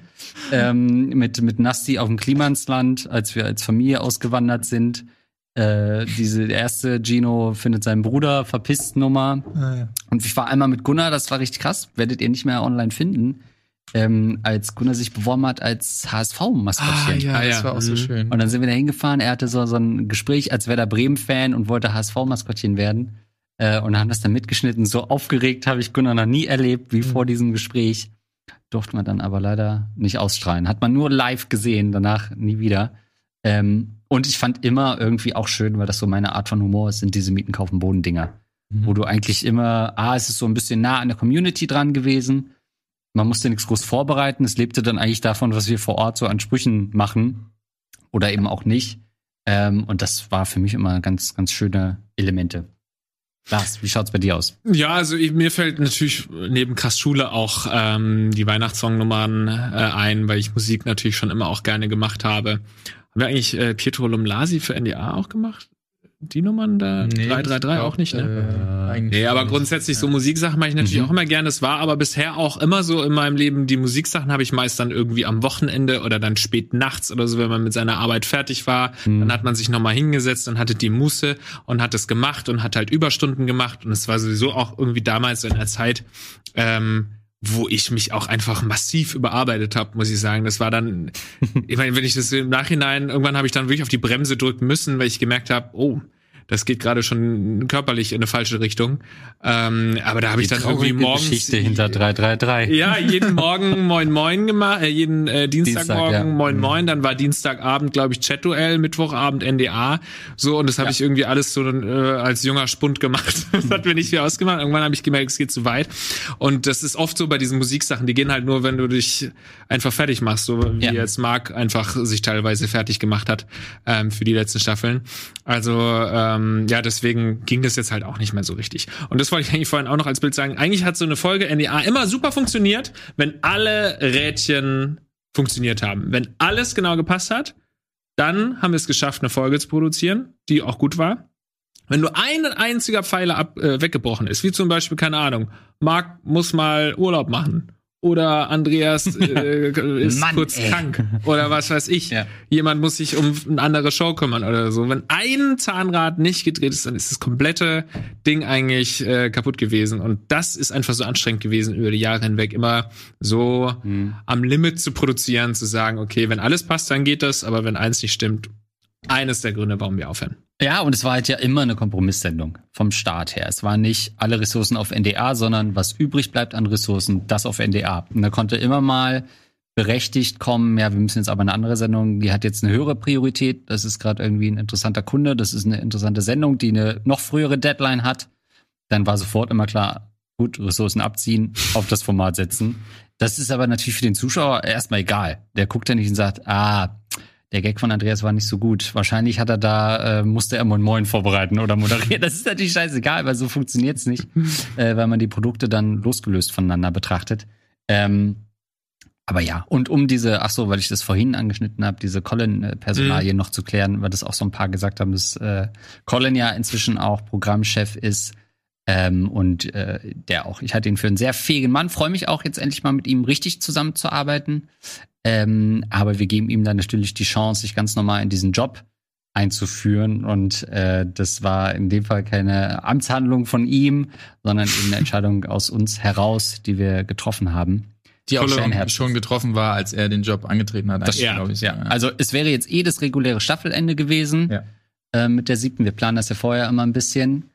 mit Nasti auf dem Klimansland, als wir als Familie ausgewandert sind. Diese erste Gino findet seinen Bruder, verpisst Nummer. Ja. Und ich war einmal mit Gunnar, das war richtig krass, werdet ihr nicht mehr online finden. Als Gunnar sich beworben hat als HSV-Maskottchen. Das war auch so schön. Und dann sind wir da hingefahren, er hatte so ein Gespräch als Werder Bremen-Fan und wollte HSV-Maskottchen werden. Und haben das dann mitgeschnitten. So aufgeregt habe ich Gunnar noch nie erlebt, wie vor diesem Gespräch. Durfte man dann aber leider nicht ausstrahlen. Hat man nur live gesehen, danach nie wieder. Und ich fand immer irgendwie auch schön, weil das so meine Art von Humor ist, sind diese Mieten-Kaufen-Boden-Dinger. Wo du eigentlich immer, es ist so ein bisschen nah an der Community dran gewesen. Man musste nichts groß vorbereiten. Es lebte dann eigentlich davon, was wir vor Ort so an Sprüchen machen. Oder eben auch nicht. Und das war für mich immer ganz, ganz schöne Elemente. Lars, wie schaut's bei dir aus? Ja, also mir fällt natürlich neben Krass Schule auch die Weihnachtssongnummern ein, weil ich Musik natürlich schon immer auch gerne gemacht habe. Haben wir eigentlich Pietro Lumlasi für NDA auch gemacht? Die Nummern da? Nee, 333 auch nicht, ne? Nee, aber grundsätzlich so Musiksachen mache ich natürlich auch immer gerne. Es war aber bisher auch immer so in meinem Leben, die Musiksachen habe ich meist dann irgendwie am Wochenende oder dann spät nachts oder so, wenn man mit seiner Arbeit fertig war. Dann hat man sich nochmal hingesetzt und hatte die Muße und hat es gemacht und hat halt Überstunden gemacht. Und es war sowieso auch irgendwie damals in der Zeit, wo ich mich auch einfach massiv überarbeitet habe, muss ich sagen. Das war dann, ich meine, wenn ich das im Nachhinein, irgendwann habe ich dann wirklich auf die Bremse drücken müssen, weil ich gemerkt habe, das geht gerade schon körperlich in eine falsche Richtung. Aber da habe ich dann irgendwie morgens Geschichte hinter 333. Ja, jeden Morgen Moin Moin gemacht, jeden Dienstagmorgen Moin Moin, dann war Dienstagabend, glaube ich, Chat-Duell, Mittwochabend NDA, so, und das habe ich irgendwie alles so als junger Spund gemacht. Das hat mir nicht viel ausgemacht. Irgendwann habe ich gemerkt, es geht zu weit. Und das ist oft so bei diesen Musiksachen, die gehen halt nur, wenn du dich einfach fertig machst, so wie jetzt Marc einfach sich teilweise fertig gemacht hat für die letzten Staffeln. Also deswegen ging das jetzt halt auch nicht mehr so richtig. Und das wollte ich eigentlich vorhin auch noch als Bild sagen. Eigentlich hat so eine Folge NDA immer super funktioniert, wenn alle Rädchen funktioniert haben. Wenn alles genau gepasst hat, dann haben wir es geschafft, eine Folge zu produzieren, die auch gut war. Wenn nur ein einziger Pfeiler weggebrochen ist, wie zum Beispiel, keine Ahnung, Marc muss mal Urlaub machen. Oder Andreas ist kurz krank oder was weiß ich. Ja. Jemand muss sich um eine andere Show kümmern oder so. Wenn ein Zahnrad nicht gedreht ist, dann ist das komplette Ding eigentlich kaputt gewesen. Und das ist einfach so anstrengend gewesen, über die Jahre hinweg immer so am Limit zu produzieren, zu sagen, okay, wenn alles passt, dann geht das, aber wenn eins nicht stimmt, eines der Gründe, warum wir aufhören. Ja, und es war halt ja immer eine Kompromisssendung vom Start her. Es war nicht alle Ressourcen auf NDA, sondern was übrig bleibt an Ressourcen, das auf NDA. Und da konnte immer mal berechtigt kommen, wir müssen jetzt aber eine andere Sendung, die hat jetzt eine höhere Priorität, das ist gerade irgendwie ein interessanter Kunde, das ist eine interessante Sendung, die eine noch frühere Deadline hat. Dann war sofort immer klar, gut, Ressourcen abziehen, auf das Format setzen. Das ist aber natürlich für den Zuschauer erstmal egal. Der guckt ja nicht und sagt, der Gag von Andreas war nicht so gut. Wahrscheinlich hat er musste er Moin Moin vorbereiten oder moderieren. Das ist natürlich scheißegal, weil so funktioniert's nicht, weil man die Produkte dann losgelöst voneinander betrachtet. Aber ja, und um weil ich das vorhin angeschnitten habe, diese Colin-Personalie noch zu klären, weil das auch so ein paar gesagt haben, dass Colin ja inzwischen auch Programmchef ist. Ich halte ihn für einen sehr fähigen Mann, freue mich auch jetzt endlich mal mit ihm richtig zusammenzuarbeiten. Aber wir geben ihm dann natürlich die Chance, sich ganz normal in diesen Job einzuführen. Und das war in dem Fall keine Amtshandlung von ihm, sondern eben eine Entscheidung aus uns heraus, die wir getroffen haben. Die auch schon getroffen war, als er den Job angetreten hat. Das glaube ich, ja. Also es wäre jetzt das reguläre Staffelende gewesen mit der 7. Wir planen das ja vorher immer ein bisschen.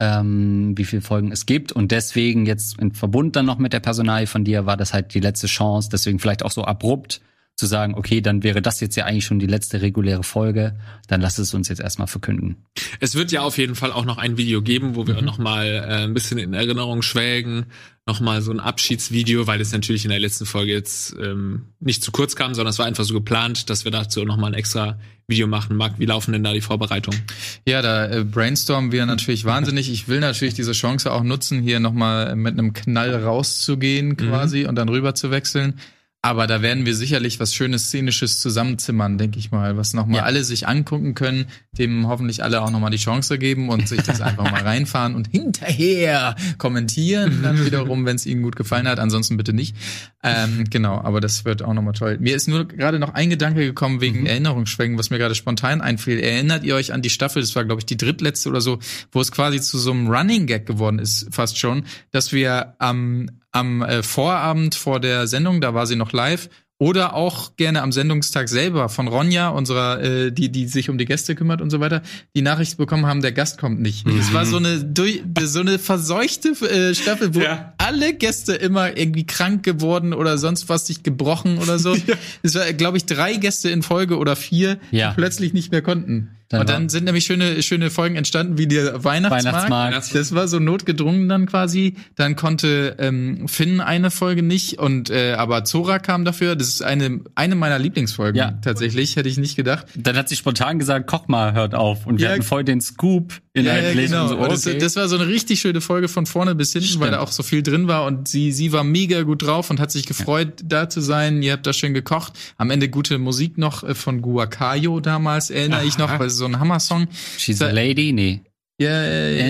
Wie viele Folgen es gibt und deswegen jetzt im Verbund dann noch mit der Personalie von dir war das halt die letzte Chance, deswegen vielleicht auch so abrupt zu sagen, okay, dann wäre das jetzt ja eigentlich schon die letzte reguläre Folge, dann lass es uns jetzt erstmal verkünden. Es wird ja auf jeden Fall auch noch ein Video geben, wo wir noch mal ein bisschen in Erinnerung schwelgen, noch mal so ein Abschiedsvideo, weil es natürlich in der letzten Folge jetzt nicht zu kurz kam, sondern es war einfach so geplant, dass wir dazu noch mal ein extra Video machen. Marc, wie laufen denn da die Vorbereitungen? Ja, da brainstormen wir natürlich wahnsinnig. Ich will natürlich diese Chance auch nutzen, hier noch mal mit einem Knall rauszugehen quasi und dann rüber zu wechseln. Aber da werden wir sicherlich was Schönes, Szenisches zusammenzimmern, denke ich mal, was nochmal alle sich angucken können, dem hoffentlich alle auch nochmal die Chance geben und sich das einfach mal reinfahren und hinterher kommentieren dann wiederum, wenn es ihnen gut gefallen hat, ansonsten bitte nicht. Genau, aber das wird auch nochmal toll. Mir ist nur gerade noch ein Gedanke gekommen wegen Erinnerungsschwenken, was mir gerade spontan einfiel. Erinnert ihr euch an die Staffel, das war glaube ich die drittletzte oder so, wo es quasi zu so einem Running Gag geworden ist, fast schon, dass wir am Vorabend vor der Sendung, da war sie noch live, oder auch gerne am Sendungstag selber von Ronja, unserer, die sich um die Gäste kümmert und so weiter, die Nachricht bekommen haben, der Gast kommt nicht. Es war so eine verseuchte Staffel, wo alle Gäste immer irgendwie krank geworden oder sonst was, sich gebrochen oder so. Es war, glaube ich, 3 Gäste in Folge oder 4, die plötzlich nicht mehr konnten. Dann sind nämlich schöne Folgen entstanden, wie der Weihnachtsmarkt. Das war so notgedrungen dann quasi. Dann konnte Finn eine Folge nicht und aber Zora kam dafür. Das ist eine meiner Lieblingsfolgen tatsächlich, hätte ich nicht gedacht. Dann hat sie spontan gesagt, Koch mal, hört auf. Und wir hatten voll den Scoop inhaltlich. Ja, genau. Und so, das war so eine richtig schöne Folge von vorne bis hinten, weil da auch so viel drin war und sie war mega gut drauf und hat sich gefreut, da zu sein. Ihr habt da schön gekocht. Am Ende gute Musik noch von Guacayo damals, erinnere ich noch, weil so ein Hammer-Song. She's a Lady? Nee. Ja.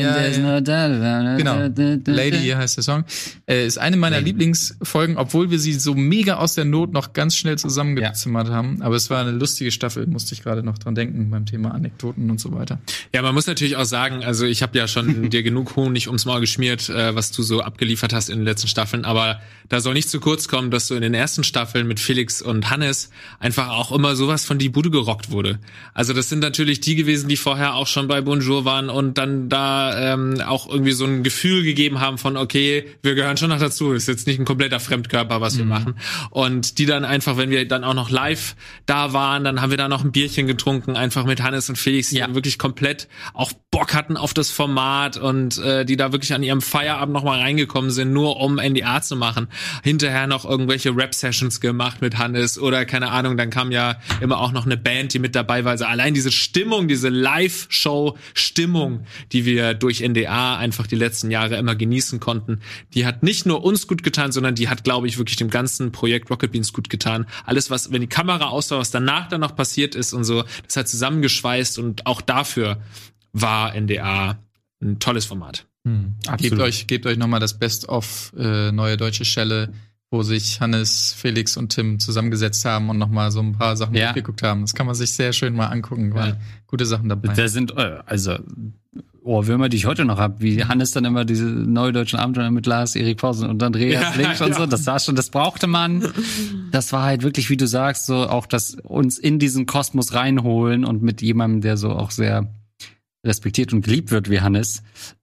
Genau. Lady heißt der Song. Ist eine meiner Lieblingsfolgen, obwohl wir sie so mega aus der Not noch ganz schnell zusammengezimmert haben. Aber es war eine lustige Staffel, musste ich gerade noch dran denken beim Thema Anekdoten und so weiter. Ja, man muss natürlich auch sagen, also ich habe ja schon dir genug Honig ums Maul geschmiert, was du so abgeliefert hast in den letzten Staffeln. Aber da soll nicht zu kurz kommen, dass so in den ersten Staffeln mit Felix und Hannes einfach auch immer sowas von die Bude gerockt wurde. Also das sind natürlich die gewesen, die vorher auch schon bei Bonjour waren und dann da auch irgendwie so ein Gefühl gegeben haben von, okay, wir gehören schon noch dazu, ist jetzt nicht ein kompletter Fremdkörper, was wir machen. Und die dann einfach, wenn wir dann auch noch live da waren, dann haben wir da noch ein Bierchen getrunken, einfach mit Hannes und Felix, die dann wirklich komplett auch Bock hatten auf das Format und die da wirklich an ihrem Feierabend noch mal reingekommen sind, nur um NDA zu machen. Hinterher noch irgendwelche Rap-Sessions gemacht mit Hannes oder keine Ahnung, dann kam ja immer auch noch eine Band, die mit dabei war. Also allein diese Stimmung, diese Live-Show-Stimmung, die wir durch NDA einfach die letzten Jahre immer genießen konnten, die hat nicht nur uns gut getan, sondern die hat, glaube ich, wirklich dem ganzen Projekt Rocket Beans gut getan. Alles, was, wenn die Kamera aus war, was danach dann noch passiert ist und so, das hat zusammengeschweißt und auch dafür war NDA ein tolles Format. Gebt euch nochmal das Best-of Neue Deutsche Schelle, wo sich Hannes, Felix und Tim zusammengesetzt haben und nochmal so ein paar Sachen durchgeguckt haben. Das kann man sich sehr schön mal angucken, weil gute Sachen dabei. Da sind Ohrwürmer, die ich heute noch habe, wie Hannes dann immer diese Neue Deutschen Abend mit Lars, Erik Pausen und Andreas Links und so. Das war schon, das brauchte man. Das war halt wirklich, wie du sagst, so auch das uns in diesen Kosmos reinholen und mit jemandem, der so auch sehr respektiert und geliebt wird wie Hannes,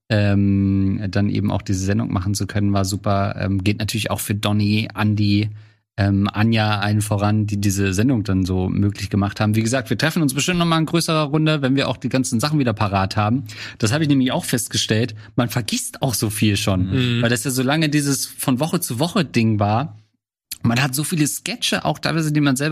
dann eben auch diese Sendung machen zu können, war super. Geht natürlich auch für Donny, Andi, Anja allen voran, die diese Sendung dann so möglich gemacht haben. Wie gesagt, wir treffen uns bestimmt noch mal in größerer Runde, wenn wir auch die ganzen Sachen wieder parat haben. Das habe ich nämlich auch festgestellt. Man vergisst auch so viel schon, weil das ja so lange dieses von Woche zu Woche Ding war. Man hat so viele Sketche auch teilweise, die man selber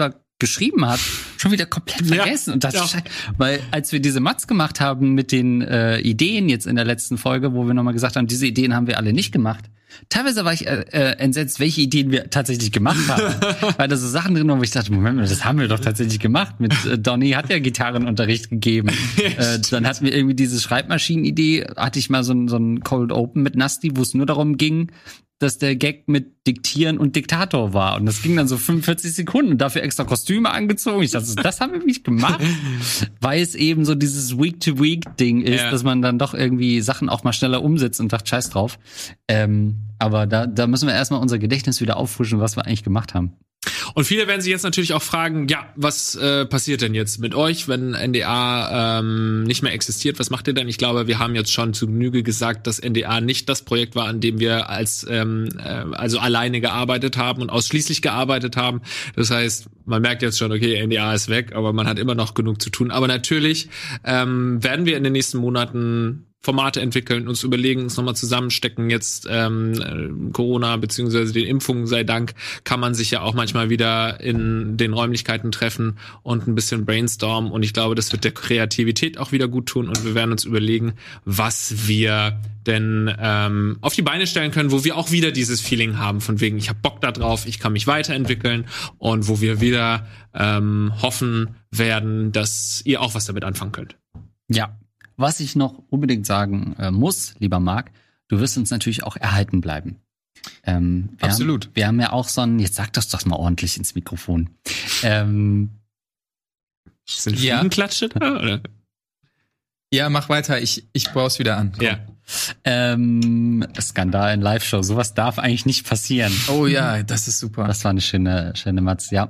geschrieben hat, schon wieder komplett vergessen. Und das weil als wir diese Mats gemacht haben mit den Ideen jetzt in der letzten Folge, wo wir nochmal gesagt haben, diese Ideen haben wir alle nicht gemacht. Teilweise war ich entsetzt, welche Ideen wir tatsächlich gemacht haben. Weil da so Sachen drin waren, wo ich dachte, Moment mal, das haben wir doch tatsächlich gemacht. Mit Donny hat ja Gitarrenunterricht gegeben. Dann hatten wir irgendwie diese Schreibmaschinen-Idee, hatte ich mal so ein Cold Open mit Nasty, wo es nur darum ging, dass der Gag mit Diktieren und Diktator war. Und das ging dann so 45 Sekunden. Dafür extra Kostüme angezogen. Ich dachte, das haben wir nicht gemacht. Weil es eben so dieses Week-to-Week-Ding ist, dass man dann doch irgendwie Sachen auch mal schneller umsetzt und sagt, scheiß drauf. Aber da müssen wir erstmal unser Gedächtnis wieder auffrischen, was wir eigentlich gemacht haben. Und viele werden sich jetzt natürlich auch fragen, ja, was passiert denn jetzt mit euch, wenn NDA nicht mehr existiert? Was macht ihr denn? Ich glaube, wir haben jetzt schon zu Genüge gesagt, dass NDA nicht das Projekt war, an dem wir als also alleine gearbeitet haben und ausschließlich gearbeitet haben. Das heißt, man merkt jetzt schon, okay, NDA ist weg, aber man hat immer noch genug zu tun. Aber natürlich werden wir in den nächsten Monaten Formate entwickeln, uns überlegen, uns nochmal zusammenstecken. Jetzt Corona beziehungsweise den Impfungen sei Dank kann man sich ja auch manchmal wieder in den Räumlichkeiten treffen und ein bisschen brainstormen. Und ich glaube, das wird der Kreativität auch wieder gut tun. Und wir werden uns überlegen, was wir denn auf die Beine stellen können, wo wir auch wieder dieses Feeling haben, von wegen, ich habe Bock da drauf, ich kann mich weiterentwickeln und wo wir wieder hoffen werden, dass ihr auch was damit anfangen könnt. Ja. Was ich noch unbedingt sagen muss, lieber Marc, du wirst uns natürlich auch erhalten bleiben. Absolut. Wir haben ja auch so ein, jetzt sag das doch mal ordentlich ins Mikrofon. Sind Fliegenklatsche da, oder? Ja, mach weiter, ich brauch's wieder an. Komm. Ja. Skandal in Live-Show, sowas darf eigentlich nicht passieren. Oh ja, das ist super. Das war eine schöne Matz, ja.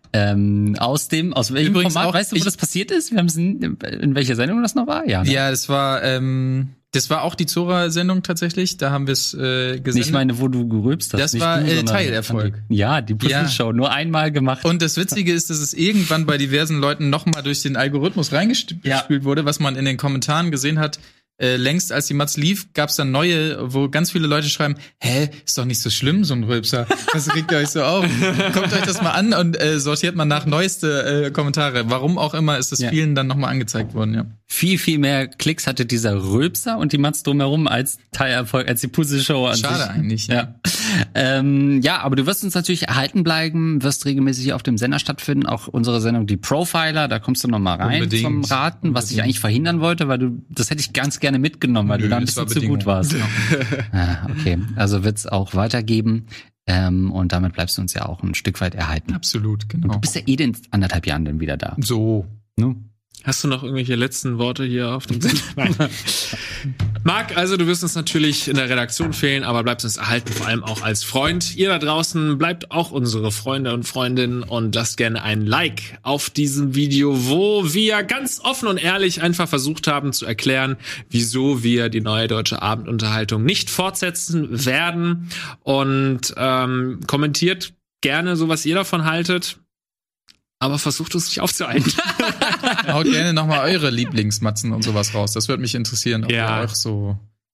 Aus welchem Übrigens Format, auch, weißt du, wo das passiert ist? Wir haben es in welcher Sendung das noch war? Ja, ne? Ja, das war auch die Zora-Sendung tatsächlich, da haben wir es gesendet. Ich meine, wo du gerülpst hast. Das war Teilerfolg. Ja, die Puzzle-Show, nur einmal gemacht. Und das Witzige ist, dass es irgendwann bei diversen Leuten nochmal durch den Algorithmus reingespült wurde, was man in den Kommentaren gesehen hat. Längst als die Matz lief, gab's dann neue, wo ganz viele Leute schreiben, ist doch nicht so schlimm, so ein Rülpser. Was regt ihr euch so auf? Kommt euch das mal an und sortiert mal nach neueste Kommentare. Warum auch immer ist das vielen dann nochmal angezeigt worden, ja. Viel, viel mehr Klicks hatte dieser Rülpser und die Matz drumherum als Teilerfolg, als die Puzzle-Show an sich. Schade eigentlich, ja. Ja, aber du wirst uns natürlich erhalten bleiben, wirst regelmäßig auf dem Sender stattfinden, auch unsere Sendung Die Profiler, da kommst du noch mal rein zum Raten, was ich eigentlich verhindern wollte, weil das hätte ich ganz gerne mitgenommen, weil du da ein bisschen zu gut warst. Okay, also wird's auch weitergeben. Und damit bleibst du uns ja auch ein Stück weit erhalten. Absolut, genau. Und du bist ja in 1,5 Jahren dann wieder da. So. Ne? Hast du noch irgendwelche letzten Worte hier auf dem Sender? Nein. Marc, also du wirst uns natürlich in der Redaktion fehlen, aber bleibst uns erhalten, vor allem auch als Freund. Ihr da draußen bleibt auch unsere Freunde und Freundinnen und lasst gerne ein Like auf diesem Video, wo wir ganz offen und ehrlich einfach versucht haben zu erklären, wieso wir die Neue Deutsche Abendunterhaltung nicht fortsetzen werden. Und kommentiert gerne so, was ihr davon haltet. Aber versucht es nicht aufzuhalten. Haut gerne nochmal eure Lieblingsmatzen und sowas raus. Das würde mich interessieren, ob ihr auch so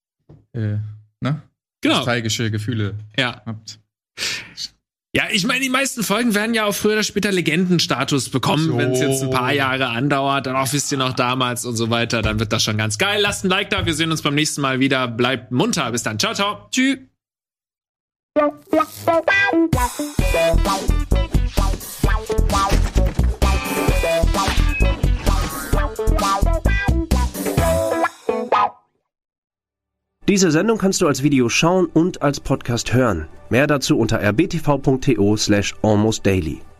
nostalgische Gefühle habt. Ja, ich meine, die meisten Folgen werden ja auch früher oder später Legendenstatus bekommen, wenn es jetzt ein paar Jahre andauert. Dann auch wisst ihr noch damals und so weiter. Dann wird das schon ganz geil. Lasst ein Like da. Wir sehen uns beim nächsten Mal wieder. Bleibt munter. Bis dann. Ciao, ciao. Tschüss. Diese Sendung kannst du als Video schauen und als Podcast hören. Mehr dazu unter rbtv.to/almostdaily.